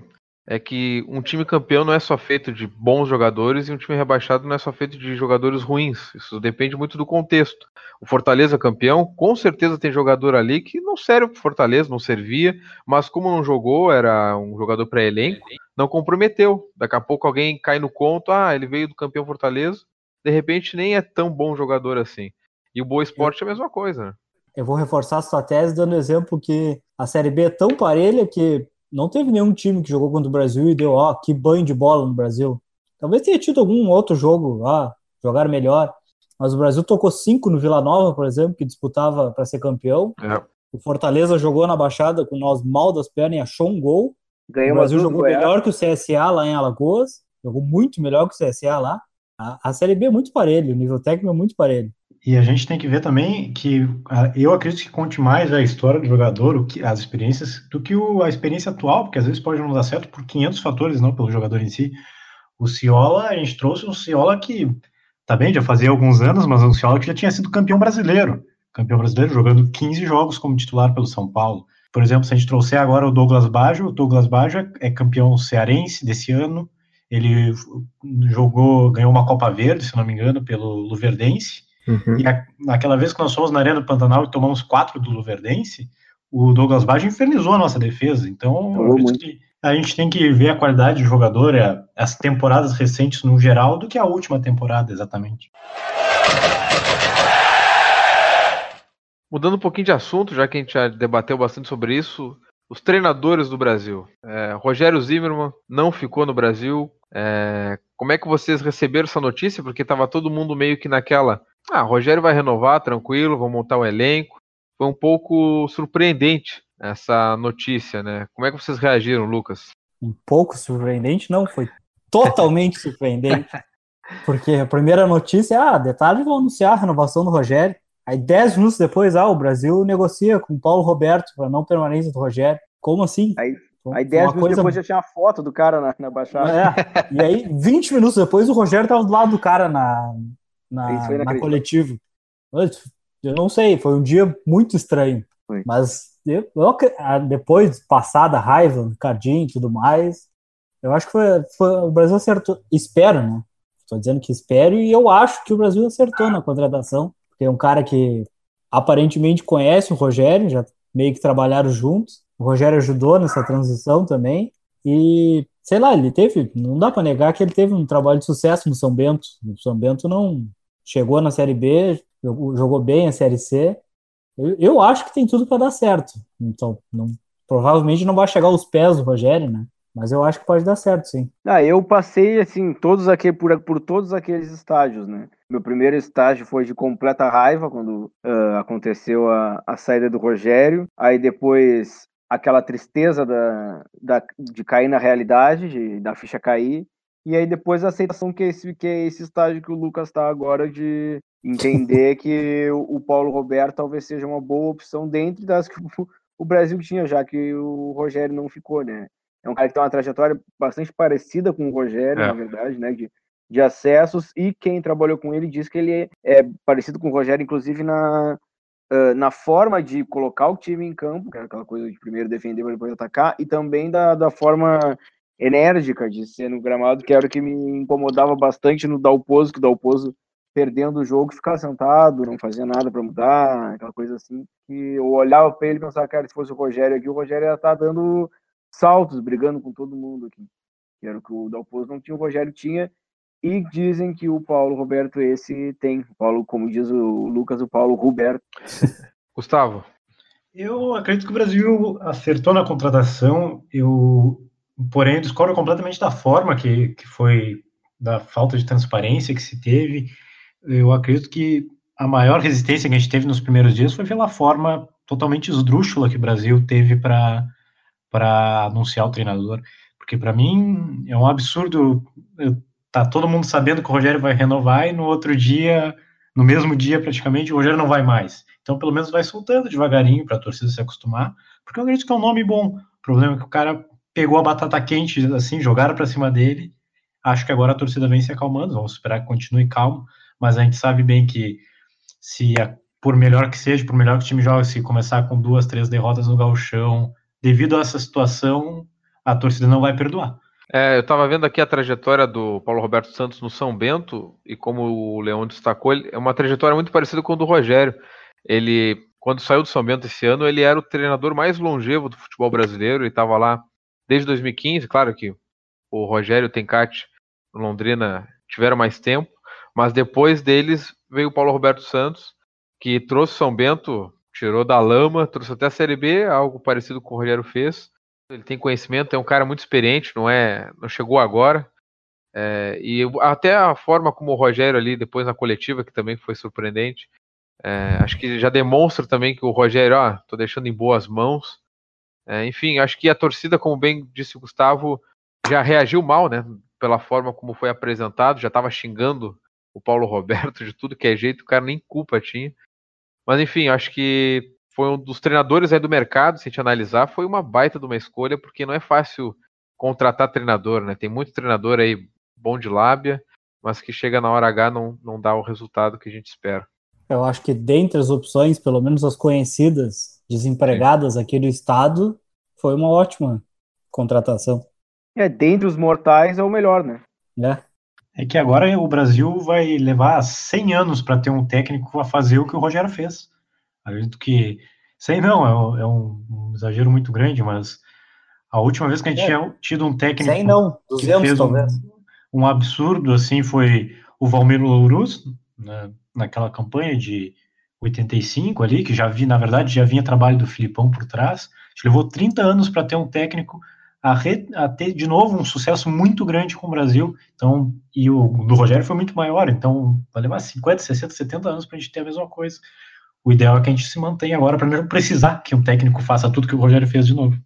é que um time campeão não é só feito de bons jogadores e um time rebaixado não é só feito de jogadores ruins. Isso depende muito do contexto. O Fortaleza campeão, com certeza tem jogador ali que não serve pro Fortaleza, não servia, mas como não jogou, era um jogador pré-elenco, não comprometeu. Daqui a pouco alguém cai no conto, ah, ele veio do campeão Fortaleza, de repente nem é tão bom jogador assim. E o Boa Esporte é a mesma coisa, né? Eu vou reforçar a sua tese dando exemplo que a Série B é tão parelha que não teve nenhum time que jogou contra o Brasil e deu, ó, que banho de bola no Brasil. Talvez tenha tido algum outro jogo, ah, jogaram melhor. Mas o Brasil tocou cinco no Vila Nova, por exemplo, que disputava para ser campeão. É. O Fortaleza jogou na Baixada com nós mal das pernas e achou um gol. Ganhou o Brasil uma jogou melhor que o C S A lá em Alagoas. Jogou muito melhor que o C S A lá. A, a Série B é muito parelho, o nível técnico é muito parelho. E a gente tem que ver também que a, eu acredito que conte mais a história do jogador, o que, as experiências, do que o, a experiência atual, porque às vezes pode não dar certo por quinhentos fatores, não pelo jogador em si. O Ciola, a gente trouxe um Ciola que, tá bem, já fazia alguns anos, mas um Ciola que já tinha sido campeão brasileiro. Campeão brasileiro, jogando quinze jogos como titular pelo São Paulo. Por exemplo, se a gente trouxer agora o Douglas Baggio, o Douglas Baggio é campeão cearense desse ano, ele jogou, ganhou uma Copa Verde, se não me engano, pelo Luverdense. Uhum. E a, naquela vez que nós fomos na Arena do Pantanal e tomamos quatro do Luverdense, o Douglas Baggio infernizou a nossa defesa. Então, eu acredito que a gente tem que ver a qualidade do jogador, as temporadas recentes no geral, do que a última temporada, exatamente. Mudando um pouquinho de assunto, já que a gente já debateu bastante sobre isso, os treinadores do Brasil. É, Rogério Zimmermann não ficou no Brasil. É, como é que vocês receberam essa notícia? Porque estava todo mundo meio que naquela... Ah, Rogério vai renovar, tranquilo, vão montar o elenco. Foi um pouco surpreendente essa notícia, né? Como é que vocês reagiram, Lucas? Um pouco surpreendente? Não, foi totalmente surpreendente. Porque a primeira notícia é, ah, detalhe, vão anunciar a renovação do Rogério. Aí dez minutos depois, ah, o Brasil negocia com o Paulo Roberto para não permanência do Rogério. Como assim? Aí, aí dez minutos coisa... depois já tinha a foto do cara na, na baixada. É, e aí, vinte minutos depois, o Rogério estava do lado do cara na, na, na coletiva. Eu não sei, foi um dia muito estranho. Foi. Mas eu, eu, depois, passada a raiva, Cardinho e tudo mais, eu acho que foi, foi, o Brasil acertou. Espero, né? Estou dizendo que espero e eu acho que o Brasil acertou na contratação. Tem um cara que aparentemente conhece o Rogério, já meio que trabalharam juntos. O Rogério ajudou nessa transição também. E, sei lá, ele teve... Não dá para negar que ele teve um trabalho de sucesso no São Bento. O São Bento não chegou na Série B, jogou, jogou bem a Série C. Eu, eu acho que tem tudo para dar certo. Então, não, provavelmente não vai chegar aos pés do Rogério, né? Mas eu acho que pode dar certo, sim. Ah, eu passei, assim, todos aquele, por, por todos aqueles estágios, né? Meu primeiro estágio foi de completa raiva, quando uh, aconteceu a, a saída do Rogério. Aí depois, aquela tristeza da, da, de cair na realidade, de, da ficha cair. E aí depois a aceitação que é esse, que é esse estágio que o Lucas está agora, de entender que o, o Paulo Roberto talvez seja uma boa opção dentro das que o, o Brasil tinha, já que o Rogério não ficou, né? É um cara que tem uma trajetória bastante parecida com o Rogério, é. na verdade, né? De, de acessos, e quem trabalhou com ele diz que ele é, é parecido com o Rogério, inclusive na, uh, na forma de colocar o time em campo, que é aquela coisa de primeiro defender para depois atacar, e também da, da forma enérgica de ser no gramado, que era o que me incomodava bastante no Dalpozo, que o Dalpozo, perdendo o jogo, ficava sentado, não fazia nada para mudar, aquela coisa assim, que eu olhava para ele e pensava, cara, se fosse o Rogério aqui, o Rogério ia estar dando saltos, brigando com todo mundo aqui, que era o que o Dalpozo não tinha, o Rogério tinha, e dizem que o Paulo Roberto esse tem, o Paulo, como diz o Lucas, o Paulo Roberto. Gustavo? Eu acredito que o Brasil acertou na contratação, eu, porém, discordo completamente da forma que, que foi, da falta de transparência que se teve. Eu acredito que a maior resistência que a gente teve nos primeiros dias foi pela forma totalmente esdrúxula que o Brasil teve para para anunciar o treinador, porque para mim é um absurdo, tá todo mundo sabendo que o Rogério vai renovar e no outro dia, no mesmo dia praticamente, o Rogério não vai mais. Então pelo menos vai soltando devagarinho para a torcida se acostumar, porque eu acredito que é um nome bom. O problema é que o cara pegou a batata quente, assim, jogaram para cima dele. Acho que agora a torcida vem se acalmando, vamos esperar que continue calmo, mas a gente sabe bem que se, por melhor que seja, por melhor que o time jogue, se começar com duas, três derrotas no gauchão, devido a essa situação, a torcida não vai perdoar. É, eu estava vendo aqui a trajetória do Paulo Roberto Santos no São Bento, e como o Leão destacou, ele, é uma trajetória muito parecida com a do Rogério. Ele, quando saiu do São Bento esse ano, ele era o treinador mais longevo do futebol brasileiro, ele estava lá desde dois mil e quinze, claro que o Rogério e o Tencati no Londrina tiveram mais tempo, mas depois deles veio o Paulo Roberto Santos, que trouxe o São Bento, tirou da lama, trouxe até a Série B, algo parecido com o Rogério fez. Ele tem conhecimento, é um cara muito experiente, não é, não chegou agora. É, e até a forma como o Rogério ali, depois na coletiva, que também foi surpreendente, é, acho que já demonstra também que o Rogério, ó, tô deixando em boas mãos. É, enfim, acho que a torcida, como bem disse o Gustavo, já reagiu mal, né, pela forma como foi apresentado, já estava xingando o Paulo Roberto de tudo que é jeito, o cara nem culpa tinha. Mas enfim, acho que foi um dos treinadores aí do mercado, se a gente analisar, foi uma baita de uma escolha, porque não é fácil contratar treinador, né? Tem muito treinador aí bom de lábia, mas que chega na hora H não, não dá o resultado que a gente espera. Eu acho que dentre as opções, pelo menos as conhecidas, desempregadas aqui do estado, foi uma ótima contratação. É, dentre os mortais é o melhor, né? Né? É que agora o Brasil vai levar cem anos para ter um técnico a fazer o que o Rogério fez. Acredito que cem não, é um, é um exagero muito grande, mas a última vez que a gente É, tinha tido um técnico cem não, que duzentos fez um, talvez. um absurdo assim foi o Valmir Louruz, né, naquela campanha de oitenta e cinco ali, que já vi, na verdade, já vinha trabalho do Filipão por trás. A gente levou trinta anos para ter um técnico a, re, a ter de novo um sucesso muito grande com o Brasil. Então, e o do Rogério foi muito maior, então vai levar cinquenta, sessenta, setenta anos para a gente ter a mesma coisa. O ideal é que a gente se mantenha agora para não precisar que um técnico faça tudo que o Rogério fez de novo.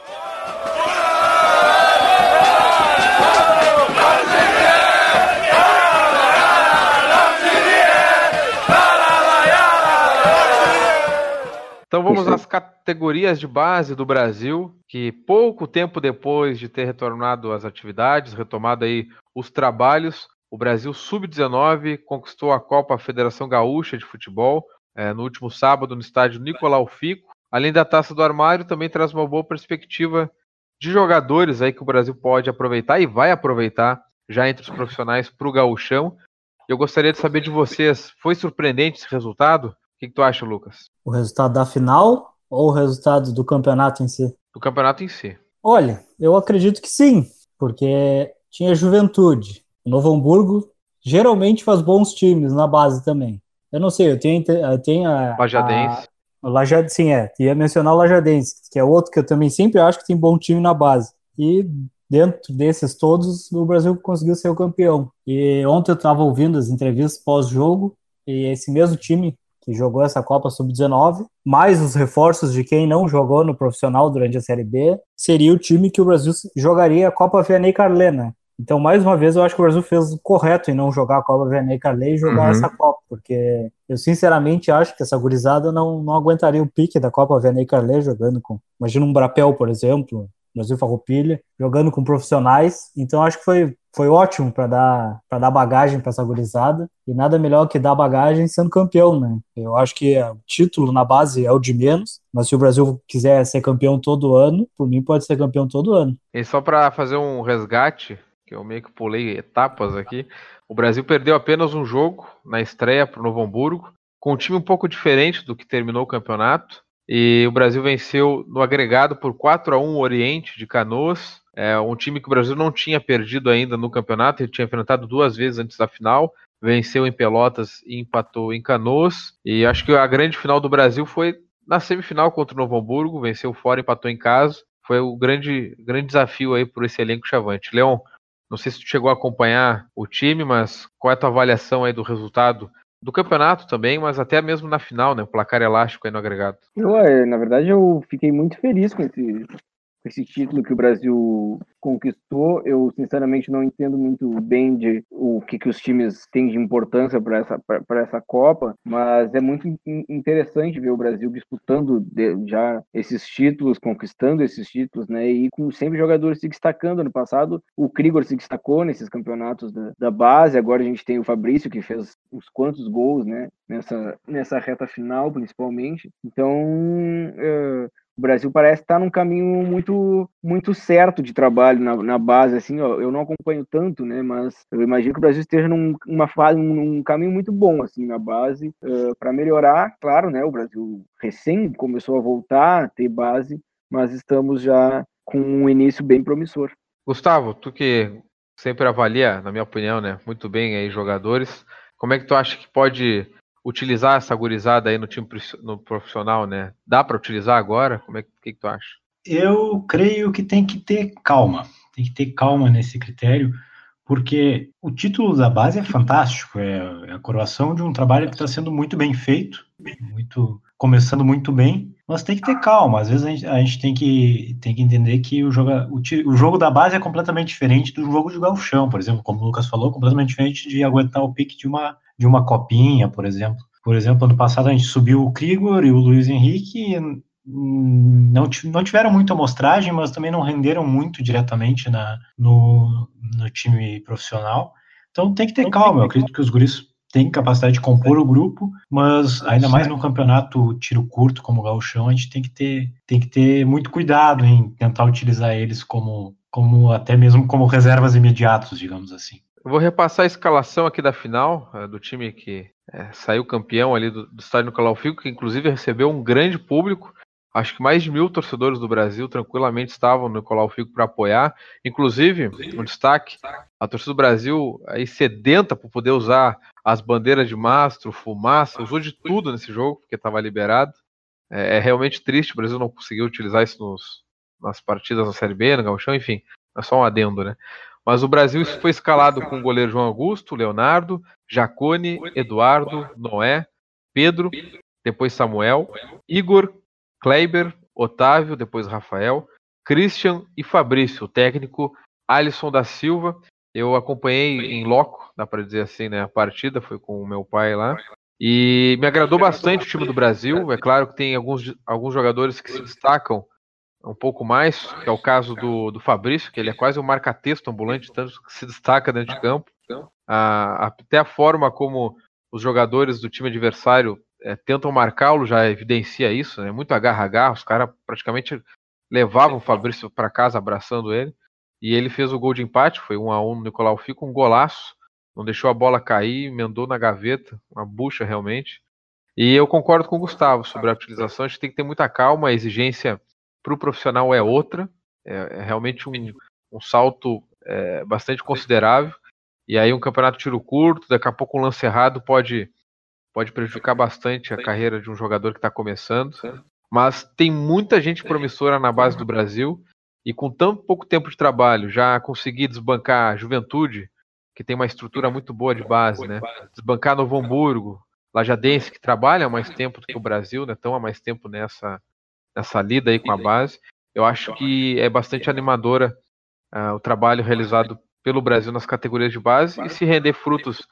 Então vamos às categorias de base do Brasil, que pouco tempo depois de ter retornado às atividades, retomado aí os trabalhos, o Brasil sub dezenove conquistou a Copa Federação Gaúcha de Futebol é, no último sábado no estádio Nicolau Fico. Além da Taça do Armário, também traz uma boa perspectiva de jogadores aí que o Brasil pode aproveitar e vai aproveitar já entre os profissionais para o gauchão. Eu gostaria de saber de vocês, foi surpreendente esse resultado? O que, que tu acha, Lucas? O resultado da final ou o resultado do campeonato em si? Do campeonato em si. Olha, eu acredito que sim, porque tinha Juventude. O Novo Hamburgo geralmente faz bons times na base também. Eu não sei, eu tenho, eu tenho a... Lajadense. A, o Lajadense, sim, é. Ia mencionar o Lajadense, que é outro que eu também sempre acho que tem bom time na base. E dentro desses todos, o Brasil conseguiu ser o campeão. E ontem eu estava ouvindo as entrevistas pós-jogo, e esse mesmo time que jogou essa Copa sub dezenove, mais os reforços de quem não jogou no profissional durante a Série B, seria o time que o Brasil jogaria a Copa Vianney Carlet, né? Então, mais uma vez, eu acho que o Brasil fez o correto em não jogar a Copa Vianney Carlet e jogar uhum. essa Copa, porque eu sinceramente acho que essa gurizada não, não aguentaria o pique da Copa Vianney Carlet jogando com... Imagina um Brapel, por exemplo, Brasil Farroupilha, jogando com profissionais. Então, acho que foi, foi ótimo para dar, para dar bagagem para essa gurizada. E nada melhor que dar bagagem sendo campeão, né? Eu acho que o título na base é o de menos, mas se o Brasil quiser ser campeão todo ano, por mim pode ser campeão todo ano. E só para fazer um resgate, que eu meio que pulei etapas aqui, o Brasil perdeu apenas um jogo na estreia para o Novo Hamburgo, com um time um pouco diferente do que terminou o campeonato. E o Brasil venceu no agregado por quatro a um o Oriente de Canoas, é um time que o Brasil não tinha perdido ainda no campeonato, ele tinha enfrentado duas vezes antes da final, venceu em Pelotas e empatou em Canoas, e acho que a grande final do Brasil foi na semifinal contra o Novo Hamburgo, venceu fora e empatou em casa, foi o grande, grande desafio aí por esse elenco chavante. Leon, não sei se tu chegou a acompanhar o time, mas qual é a tua avaliação aí do resultado do campeonato também, mas até mesmo na final, né? O placar elástico aí no agregado. Eu, na verdade, eu fiquei muito feliz com esse, com esse título que o Brasil conquistou. Eu, sinceramente, não entendo muito bem de o que, que os times têm de importância para essa, para essa Copa, mas é muito interessante ver o Brasil disputando de, já esses títulos, conquistando esses títulos, né? E com sempre jogadores se destacando. Ano passado, o Krigor se destacou nesses campeonatos da, da base. Agora a gente tem o Fabrício, que fez uns quantos gols, né? Nessa, nessa reta final, principalmente. Então, é, o Brasil parece estar num caminho muito, muito certo de trabalho na, na base, assim, ó, eu não acompanho tanto, né, mas eu imagino que o Brasil esteja num, uma fase, num, num caminho muito bom, assim, na base, uh, para melhorar, claro, né, o Brasil recém começou a voltar a ter base, mas estamos já com um início bem promissor. Gustavo, tu que sempre avalia, na minha opinião, né, muito bem aí jogadores, como é que tu acha que pode utilizar essa gurizada aí no time no profissional, né? Dá para utilizar agora? Como é que, que, que tu acha? Eu creio que tem que ter calma, tem que ter calma nesse critério, porque o título da base é fantástico, é a coroação de um trabalho que está sendo muito bem feito, muito, começando muito bem, mas tem que ter calma. Às vezes a gente, a gente tem, que, tem que entender que o jogo, o, o jogo da base é completamente diferente do jogo de gauchão, por exemplo, como o Lucas falou, completamente diferente de aguentar o pique de uma, de uma copinha, por exemplo. Por exemplo, ano passado a gente subiu o Krigor e o Luiz Henrique, não, não tiveram muita amostragem, mas também não renderam muito diretamente na, no, no time profissional. Então tem que ter calma, eu acredito que os guris têm capacidade de compor o grupo, mas ainda mais num campeonato tiro curto como o gauchão, a gente tem que ter, tem que ter muito cuidado em tentar utilizar eles como, como até mesmo como reservas imediatas, digamos assim. Eu vou repassar a escalação aqui da final, do time que é, saiu campeão ali do, do estádio Nicolau Figo, que inclusive recebeu um grande público. Acho que mais de mil torcedores do Brasil tranquilamente estavam no Nicolau Figo para apoiar. Inclusive, um destaque, a torcida do Brasil aí sedenta por poder usar as bandeiras de mastro, fumaça, usou de tudo nesse jogo, porque estava liberado. É, é realmente triste, o Brasil não conseguiu utilizar isso nos, nas partidas da Série B, no Gauchão, enfim, é só um adendo, né? Mas o Brasil foi escalado com o goleiro João Augusto, Leonardo, Jacone, Eduardo, Noé, Pedro, depois Samuel, Igor, Kleiber, Otávio, depois Rafael, Christian e Fabrício, o técnico Alisson da Silva. Eu acompanhei em loco, dá para dizer assim, né, a partida, foi com o meu pai lá, e me agradou bastante o time do Brasil. É claro que tem alguns, alguns jogadores que se destacam um pouco mais, que é o caso do, do Fabrício, que ele é quase um marca-texto ambulante, tanto que se destaca dentro de campo. Ah, até a forma como os jogadores do time adversário é, tentam marcá-lo já evidencia isso, né? Muito agarra-agarra, os caras praticamente levavam o Fabrício para casa abraçando ele, e ele fez o gol de empate, foi um a um no Nicolau Figo, um golaço, não deixou a bola cair, emendou na gaveta, uma bucha realmente. E eu concordo com o Gustavo sobre a utilização, a gente tem que ter muita calma, a exigência para o profissional é outra, é, é realmente um, um salto é, bastante considerável, e aí um campeonato tiro curto, daqui a pouco um lance errado pode, pode prejudicar bastante a carreira de um jogador que está começando, mas tem muita gente promissora na base do Brasil, e com tão pouco tempo de trabalho, já conseguir desbancar a Juventude, que tem uma estrutura muito boa de base, né? Desbancar Novo Hamburgo, Lajadense, que trabalha há mais tempo do que o Brasil, né? Estão há mais tempo nessa nessa lida aí com a base. Eu acho que é bastante animadora uh, o trabalho realizado pelo Brasil nas categorias de base, e se render frutos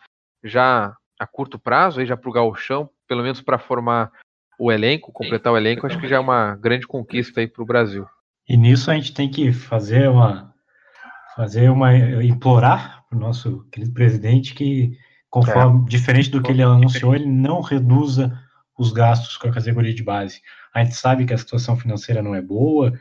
já a curto prazo, aí já para o gauchão, pelo menos para formar o elenco, completar o elenco, acho que já é uma grande conquista aí para o Brasil. E nisso a gente tem que fazer uma, fazer uma implorar para o nosso querido presidente que, conforme, é. diferente do que ele anunciou, ele não reduza os gastos com a categoria de base. A gente sabe que a situação financeira não é boa,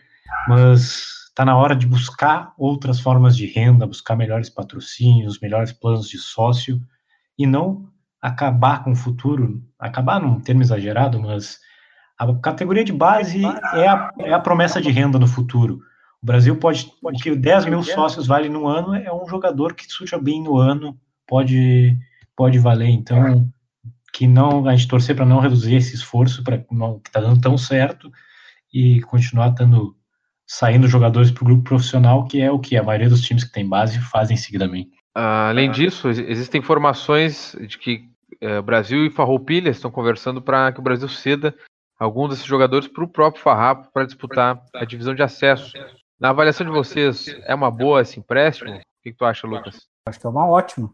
mas está na hora de buscar outras formas de renda, buscar melhores patrocínios, melhores planos de sócio, e não acabar com o futuro, acabar num termo exagerado, mas a categoria de base é a, é a promessa de renda no futuro. O Brasil pode, o que dez mil sócios vale no ano é um jogador que surja bem no ano, pode, pode valer, então que não, a gente torcer para não reduzir esse esforço, para que está dando tão certo, e continuar tendo, saindo jogadores para o grupo profissional, que é o que a maioria dos times que tem base fazem seguidamente. Ah, além disso, existem informações de que eh, Brasil e Farroupilha estão conversando para que o Brasil ceda alguns desses jogadores para o próprio Farrapo para disputar a divisão de acesso. Na avaliação de vocês, é uma boa esse empréstimo? O que, que tu acha, Lucas? Acho que é uma ótima.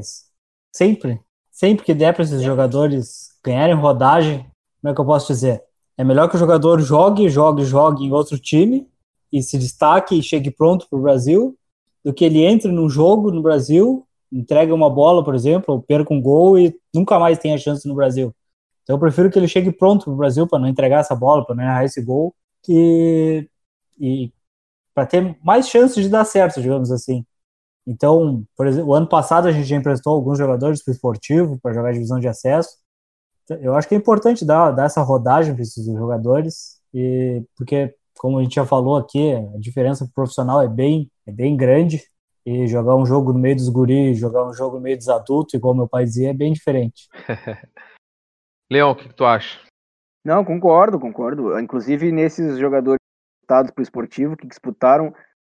Sempre Sempre que der para esses jogadores ganharem rodagem, como é que eu posso dizer? É melhor que o jogador jogue, jogue, jogue em outro time e se destaque e chegue pronto para o Brasil, do que ele entre num jogo no Brasil, entregue uma bola, por exemplo, ou perca um gol e nunca mais tenha chance no Brasil. Então eu prefiro que ele chegue pronto para o Brasil para não entregar essa bola, para não errar esse gol, que e para ter mais chances de dar certo, digamos assim. Então, por exemplo, o ano passado a gente já emprestou alguns jogadores para o esportivo, para jogar a divisão de acesso. Eu acho que é importante dar, dar essa rodagem para esses jogadores, e, porque, como a gente já falou aqui, a diferença pro profissional é bem, é bem grande, e jogar um jogo no meio dos guris, jogar um jogo no meio dos adultos, igual meu pai dizia, é bem diferente. Leão, o que, que tu acha? Não, concordo, concordo. Inclusive, nesses jogadores disputados para o esportivo, que disputaram,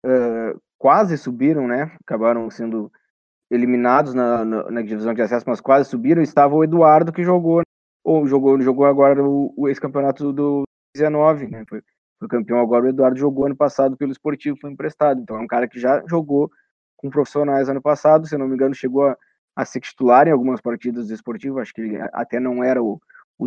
uh, quase subiram, né? Acabaram sendo eliminados na, na, na divisão de acesso, mas quase subiram. Estava o Eduardo, que jogou, ou jogou, jogou agora o, o ex-campeonato do dezenove, né? Foi, foi campeão agora. O Eduardo jogou ano passado pelo esportivo, foi emprestado. Então é um cara que já jogou com profissionais ano passado, se eu não me engano, chegou a, a ser titular em algumas partidas do esportivo. Acho que ele até não era o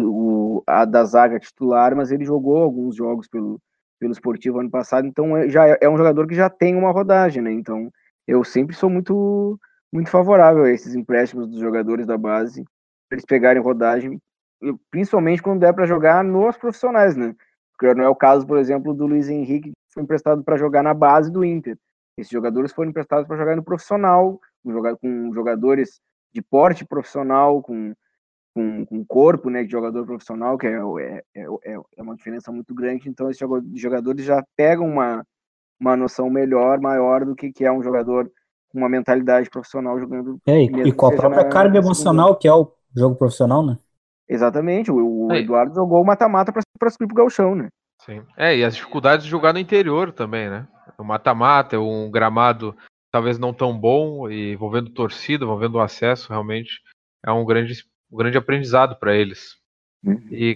O, o, a da zaga titular, mas ele jogou alguns jogos pelo, pelo esportivo ano passado, então é, já é, é um jogador que já tem uma rodagem, né? Então eu sempre sou muito, muito favorável a esses empréstimos dos jogadores da base, para eles pegarem rodagem, principalmente quando der para jogar nos profissionais, né? Porque não é o caso, por exemplo, do Luiz Henrique, que foi emprestado para jogar na base do Inter. Esses jogadores foram emprestados para jogar no profissional, com jogadores de porte profissional, com com, com corpo, né, de jogador profissional, que é, é, é, é uma diferença muito grande. Então esses jogadores já pegam uma, uma noção melhor, maior do que, que é um jogador com uma mentalidade profissional jogando. É, e, e com a própria na, carga na emocional que é o jogo profissional, né? Exatamente, o, o Eduardo jogou o mata-mata para subir pro gauchão, né? Sim. É, e as dificuldades de jogar no interior também, né? O mata-mata é um gramado talvez não tão bom, e envolvendo torcida, envolvendo o acesso, realmente é um grande, um grande aprendizado para eles. E,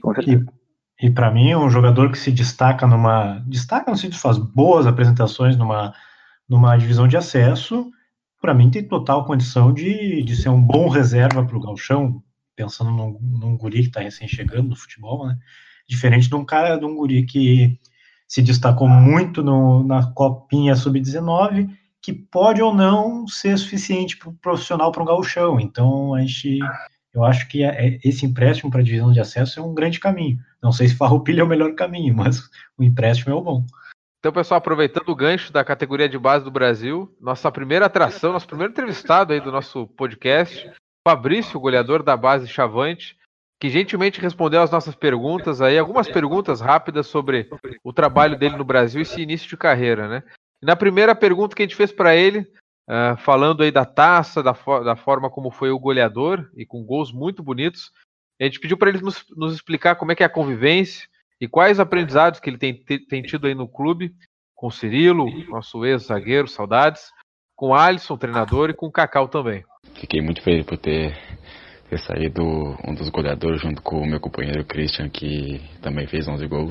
e, e para mim, um jogador que se destaca numa. Destaca no sentido, faz boas apresentações numa, numa divisão de acesso, para mim tem total condição de, de ser um bom reserva para o gauchão, pensando num, num guri que está recém-chegando no futebol, né? Diferente de um cara, de um guri que se destacou muito no, na Copinha sub dezenove, que pode ou não ser suficiente para o profissional para um gauchão. Então, a gente, eu acho que é, esse empréstimo para a divisão de acesso é um grande caminho. Não sei se Farroupilha é o melhor caminho, mas o empréstimo é o bom. Então, pessoal, aproveitando o gancho da categoria de base do Brasil, nossa primeira atração, nosso primeiro entrevistado aí do nosso podcast, Fabrício, goleador da base Chavante, que gentilmente respondeu às nossas perguntas aí, algumas perguntas rápidas sobre o trabalho dele no Brasil e esse início de carreira, né? E na primeira pergunta que a gente fez para ele, uh, falando aí da taça, da, fo- da forma como foi o goleador, e com gols muito bonitos, a gente pediu para ele nos, nos explicar como é que é a convivência e quais aprendizados que ele tem, tem tido aí no clube, com o Cirilo, nosso ex-zagueiro, saudades, com o Alisson, treinador, e com o Cacau também. Fiquei muito feliz por ter ter saído um dos goleadores junto com o meu companheiro Christian, que também fez onze gols.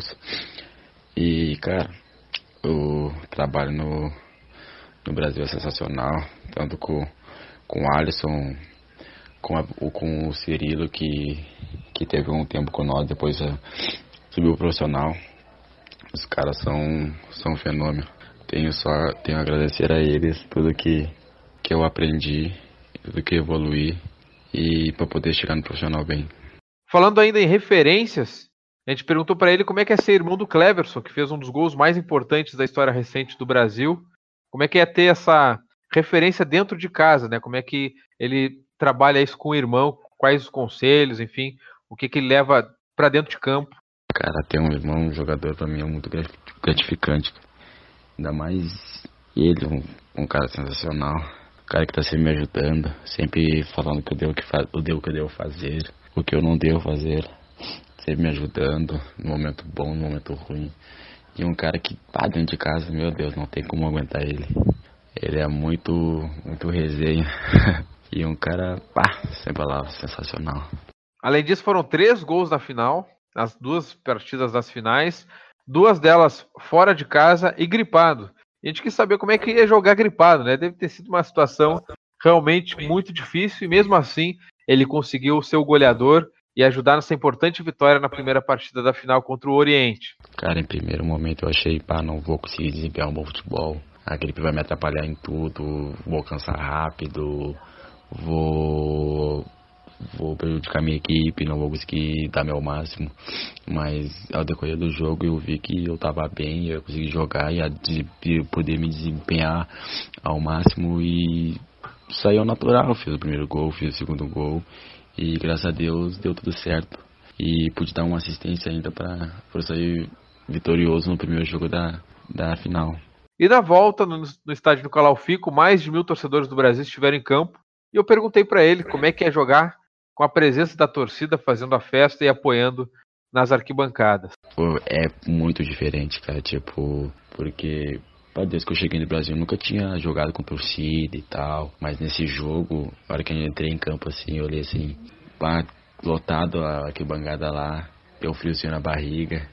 E, cara, o trabalho no, no Brasil é sensacional, tanto com, com o Alisson, com, a, com o Cirilo, que, que teve um tempo com nós, depois subiu o profissional. Os caras são, são um fenômeno. Tenho só tenho a agradecer a eles tudo que, que eu aprendi, tudo que eu evoluí, e para poder chegar no profissional bem. Falando ainda em referências, a gente perguntou para ele como é que é ser irmão do Cleverson, que fez um dos gols mais importantes da história recente do Brasil. Como é que é ter essa referência dentro de casa, né? Como é que ele trabalha isso com o irmão, quais os conselhos, enfim, o que, que ele leva para dentro de campo. Cara, ter um irmão, um jogador, para mim é muito gratificante. Ainda mais ele, um, um cara sensacional. O cara que tá sempre me ajudando, sempre falando que eu devo, que fa- eu devo, que eu devo fazer, o que eu não devo fazer, sempre me ajudando, no momento bom, no momento ruim. E um cara que tá dentro de casa, meu Deus, não tem como aguentar ele. Ele é muito, muito resenha. E um cara, pá, sem palavras, sensacional. Além disso, foram três gols na final, nas duas partidas das finais, duas delas fora de casa e gripado. A gente quis saber como é que ia jogar gripado, né? Deve ter sido uma situação realmente muito difícil, e mesmo assim ele conseguiu ser o goleador e ajudar nessa importante vitória na primeira partida da final contra o Oriente. Cara, em primeiro momento eu achei, pá, não vou conseguir desempenhar um bom futebol. A gripe vai me atrapalhar em tudo, vou cansar rápido, vou, vou prejudicar minha equipe, não vou conseguir dar meu máximo. Mas ao decorrer do jogo eu vi que eu tava bem, eu consegui jogar e a de, de poder me desempenhar ao máximo e saiu natural. Fiz o primeiro gol, fiz o segundo gol e graças a Deus deu tudo certo. E pude dar uma assistência ainda para sair vitorioso no primeiro jogo da, da final. E na volta, no, no estádio do Nicolau Fico, mais de mil torcedores do Brasil estiveram em campo. E eu perguntei para ele como é que é jogar com a presença da torcida fazendo a festa e apoiando nas arquibancadas. Pô, é muito diferente, cara, tipo, porque desde que eu cheguei no Brasil eu nunca tinha jogado com torcida e tal, mas nesse jogo, na hora que eu entrei em campo assim, eu olhei assim, pá, lotado a arquibancada lá, deu um friozinho na barriga.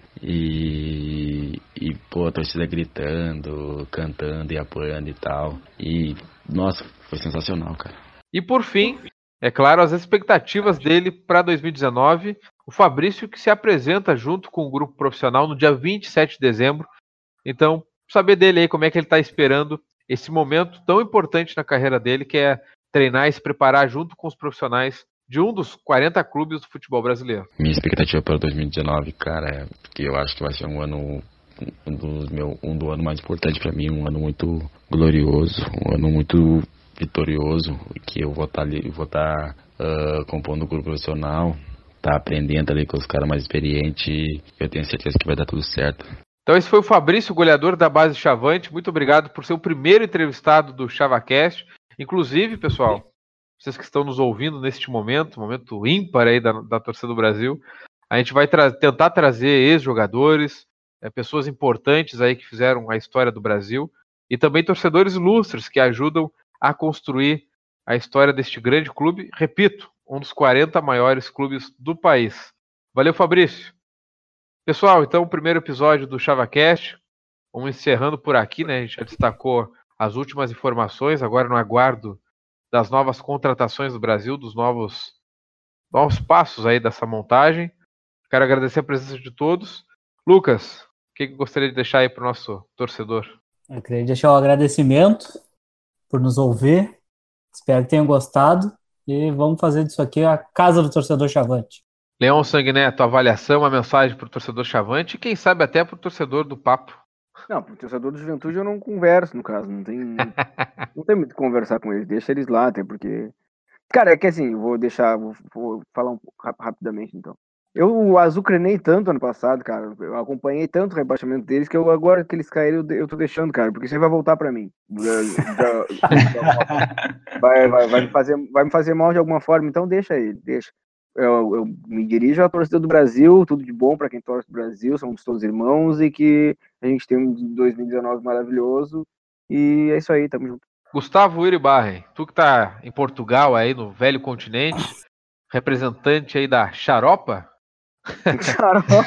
E, e, pô, a torcida gritando, cantando e apoiando e tal. E, nossa, foi sensacional, cara. E por fim, é claro, as expectativas dele para dois mil e dezenove. O Fabrício que se apresenta junto com o grupo profissional no dia vinte e sete de dezembro. Então, saber dele aí como é que ele está esperando esse momento tão importante na carreira dele, que é treinar e se preparar junto com os profissionais de um dos quarenta clubes do futebol brasileiro. Minha expectativa para dois mil e dezenove, cara, é porque eu acho que vai ser um ano um dos meu um do ano mais importante para mim, um ano muito glorioso, um ano muito vitorioso, que eu vou estar ali, vou estar uh, compondo o grupo profissional, tá aprendendo ali com os caras mais experientes, e eu tenho certeza que vai dar tudo certo. Então esse foi o Fabrício, goleador da base Chavante. Muito obrigado por ser o primeiro entrevistado do ChavaCast. Inclusive, pessoal, vocês que estão nos ouvindo neste momento, momento ímpar aí da, da torcida do Brasil, a gente vai tra- tentar trazer ex-jogadores, é, pessoas importantes aí que fizeram a história do Brasil e também torcedores ilustres que ajudam a construir a história deste grande clube. Repito, um dos quarenta maiores clubes do país. Valeu, Fabrício. Pessoal, então o primeiro episódio do ChavaCast, vamos encerrando por aqui, né? A gente já destacou as últimas informações, agora no aguardo das novas contratações do Brasil, dos novos, novos passos aí dessa montagem. Quero agradecer a presença de todos. Lucas, o que eu gostaria de deixar aí para o nosso torcedor? Eu queria deixar o agradecimento por nos ouvir. Espero que tenham gostado. E vamos fazer disso aqui a casa do torcedor Chavante. Leon Sanguineto, avaliação, uma mensagem para o torcedor Chavante e quem sabe até para o torcedor do Papo. Não, pro torcedor do Juventude eu não converso, no caso. Não tem, não tem muito o que conversar com eles. Deixa eles lá, até porque... Cara, é que assim, eu vou deixar... Vou, vou falar um pouco rapidamente, então. Eu azucrenei tanto ano passado, cara. Eu acompanhei tanto o rebaixamento deles que eu, agora que eles caíram, eu, eu tô deixando, cara. Porque isso aí vai voltar pra mim. Vai, vai, vai, me fazer, vai me fazer mal de alguma forma. Então deixa aí, deixa. Eu, eu me dirijo à torcida do Brasil, tudo de bom para quem torce do Brasil, somos todos irmãos e que a gente tem um dois mil e dezenove maravilhoso e é isso aí, tamo junto. Gustavo Iribarren, tu que tá em Portugal aí no velho continente, representante aí da Xaropa? Xaropa?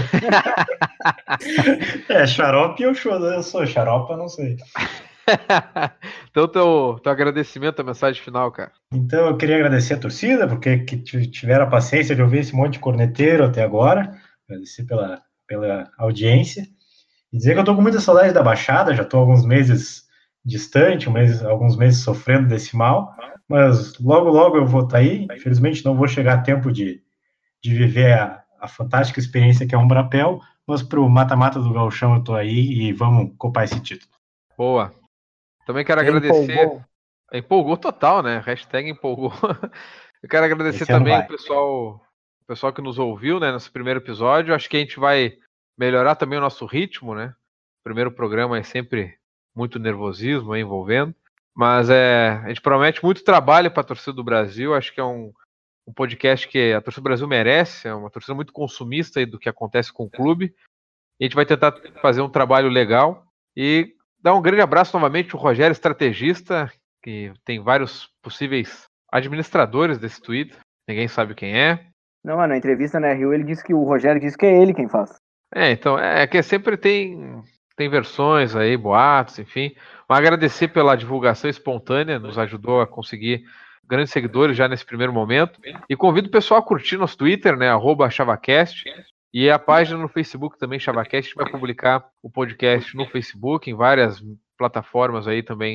É, xarope eu, eu sou, xaropa não sei. Então, teu, teu agradecimento, a mensagem final, cara. Então, eu queria agradecer a torcida, porque que tiveram a paciência de ouvir esse monte de corneteiro até agora. Agradecer pela, pela audiência. E dizer que eu tô com muita saudade da Baixada, já tô alguns meses distante, um mês, alguns meses sofrendo desse mal, mas logo, logo eu vou estar aí. Infelizmente, não vou chegar a tempo de, de viver a, a fantástica experiência que é um Brapel, mas pro mata-mata do Gauchão eu tô aí e vamos copar esse título. Boa. Também quero agradecer. Empolgou. empolgou total, né? Hashtag empolgou. Eu quero agradecer Esse também o pessoal, o pessoal que nos ouviu, né, nesse primeiro episódio. Acho que a gente vai melhorar também o nosso ritmo, né? O primeiro programa é sempre muito nervosismo aí envolvendo. Mas é, a gente promete muito trabalho para a torcida do Brasil. Acho que é um, um podcast que a torcida do Brasil merece. É uma torcida muito consumista aí do que acontece com o clube. E a gente vai tentar fazer um trabalho legal. E dar um grande abraço novamente ao Rogério, estrategista, que tem vários possíveis administradores desse Twitter. Ninguém sabe quem é. Não, na entrevista na R U ele disse que o Rogério disse que é ele quem faz. É, então, é que sempre tem, tem versões aí, boatos, enfim. Mas agradecer pela divulgação espontânea, nos ajudou a conseguir grandes seguidores já nesse primeiro momento. E convido o pessoal a curtir nosso Twitter, né, arroba ChavaCast. E a página no Facebook também, ChavaCast, vai publicar o podcast no Facebook, em várias plataformas aí também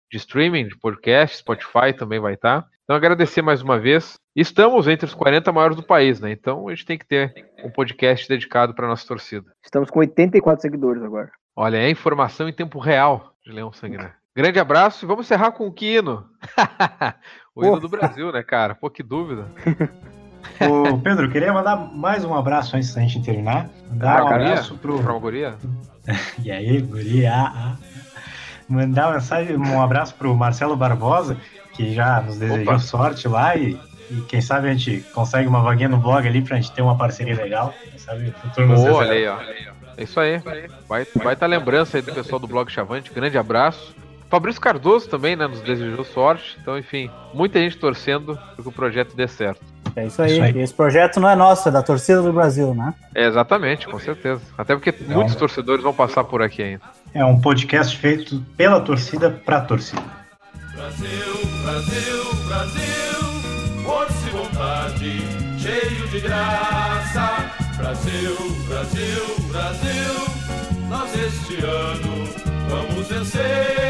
de streaming, de podcast, Spotify também vai estar. Então agradecer mais uma vez. Estamos entre os quarenta maiores do país, né? Então a gente tem que ter um podcast dedicado para nossa torcida. Estamos com oitenta e quatro seguidores agora. Olha, é informação em tempo real de Leão Sanguinário. Grande abraço e vamos encerrar com o que hino? O hino do Brasil, né, cara? Pô, que dúvida. Ô, Pedro, eu queria mandar mais um abraço antes da gente terminar. Mandar um abraço pro... Pra uma guria? E aí, guria? Mandar uma mensagem, um abraço pro Marcelo Barbosa, que já nos desejou Opa. sorte lá e, e quem sabe a gente consegue uma vaguinha no blog ali pra gente ter uma parceria legal. Quem sabe o futuro nos Pô, reserva. olha aí, ó. É isso aí. Vai, vai tá lembrança aí do pessoal do Blog Chavante. Grande abraço. Fabrício Cardoso também, né? Nos desejou sorte. Então, enfim, muita gente torcendo para que o projeto dê certo. É isso aí. Isso aí. E esse projeto não é nosso, é da torcida do Brasil, né? É, exatamente, com certeza. Até porque muitos torcedores vão passar por aqui ainda. É um podcast feito pela torcida pra torcida. Brasil, Brasil, Brasil, força e vontade, cheio de graça. Brasil, Brasil, Brasil, nós este ano vamos vencer.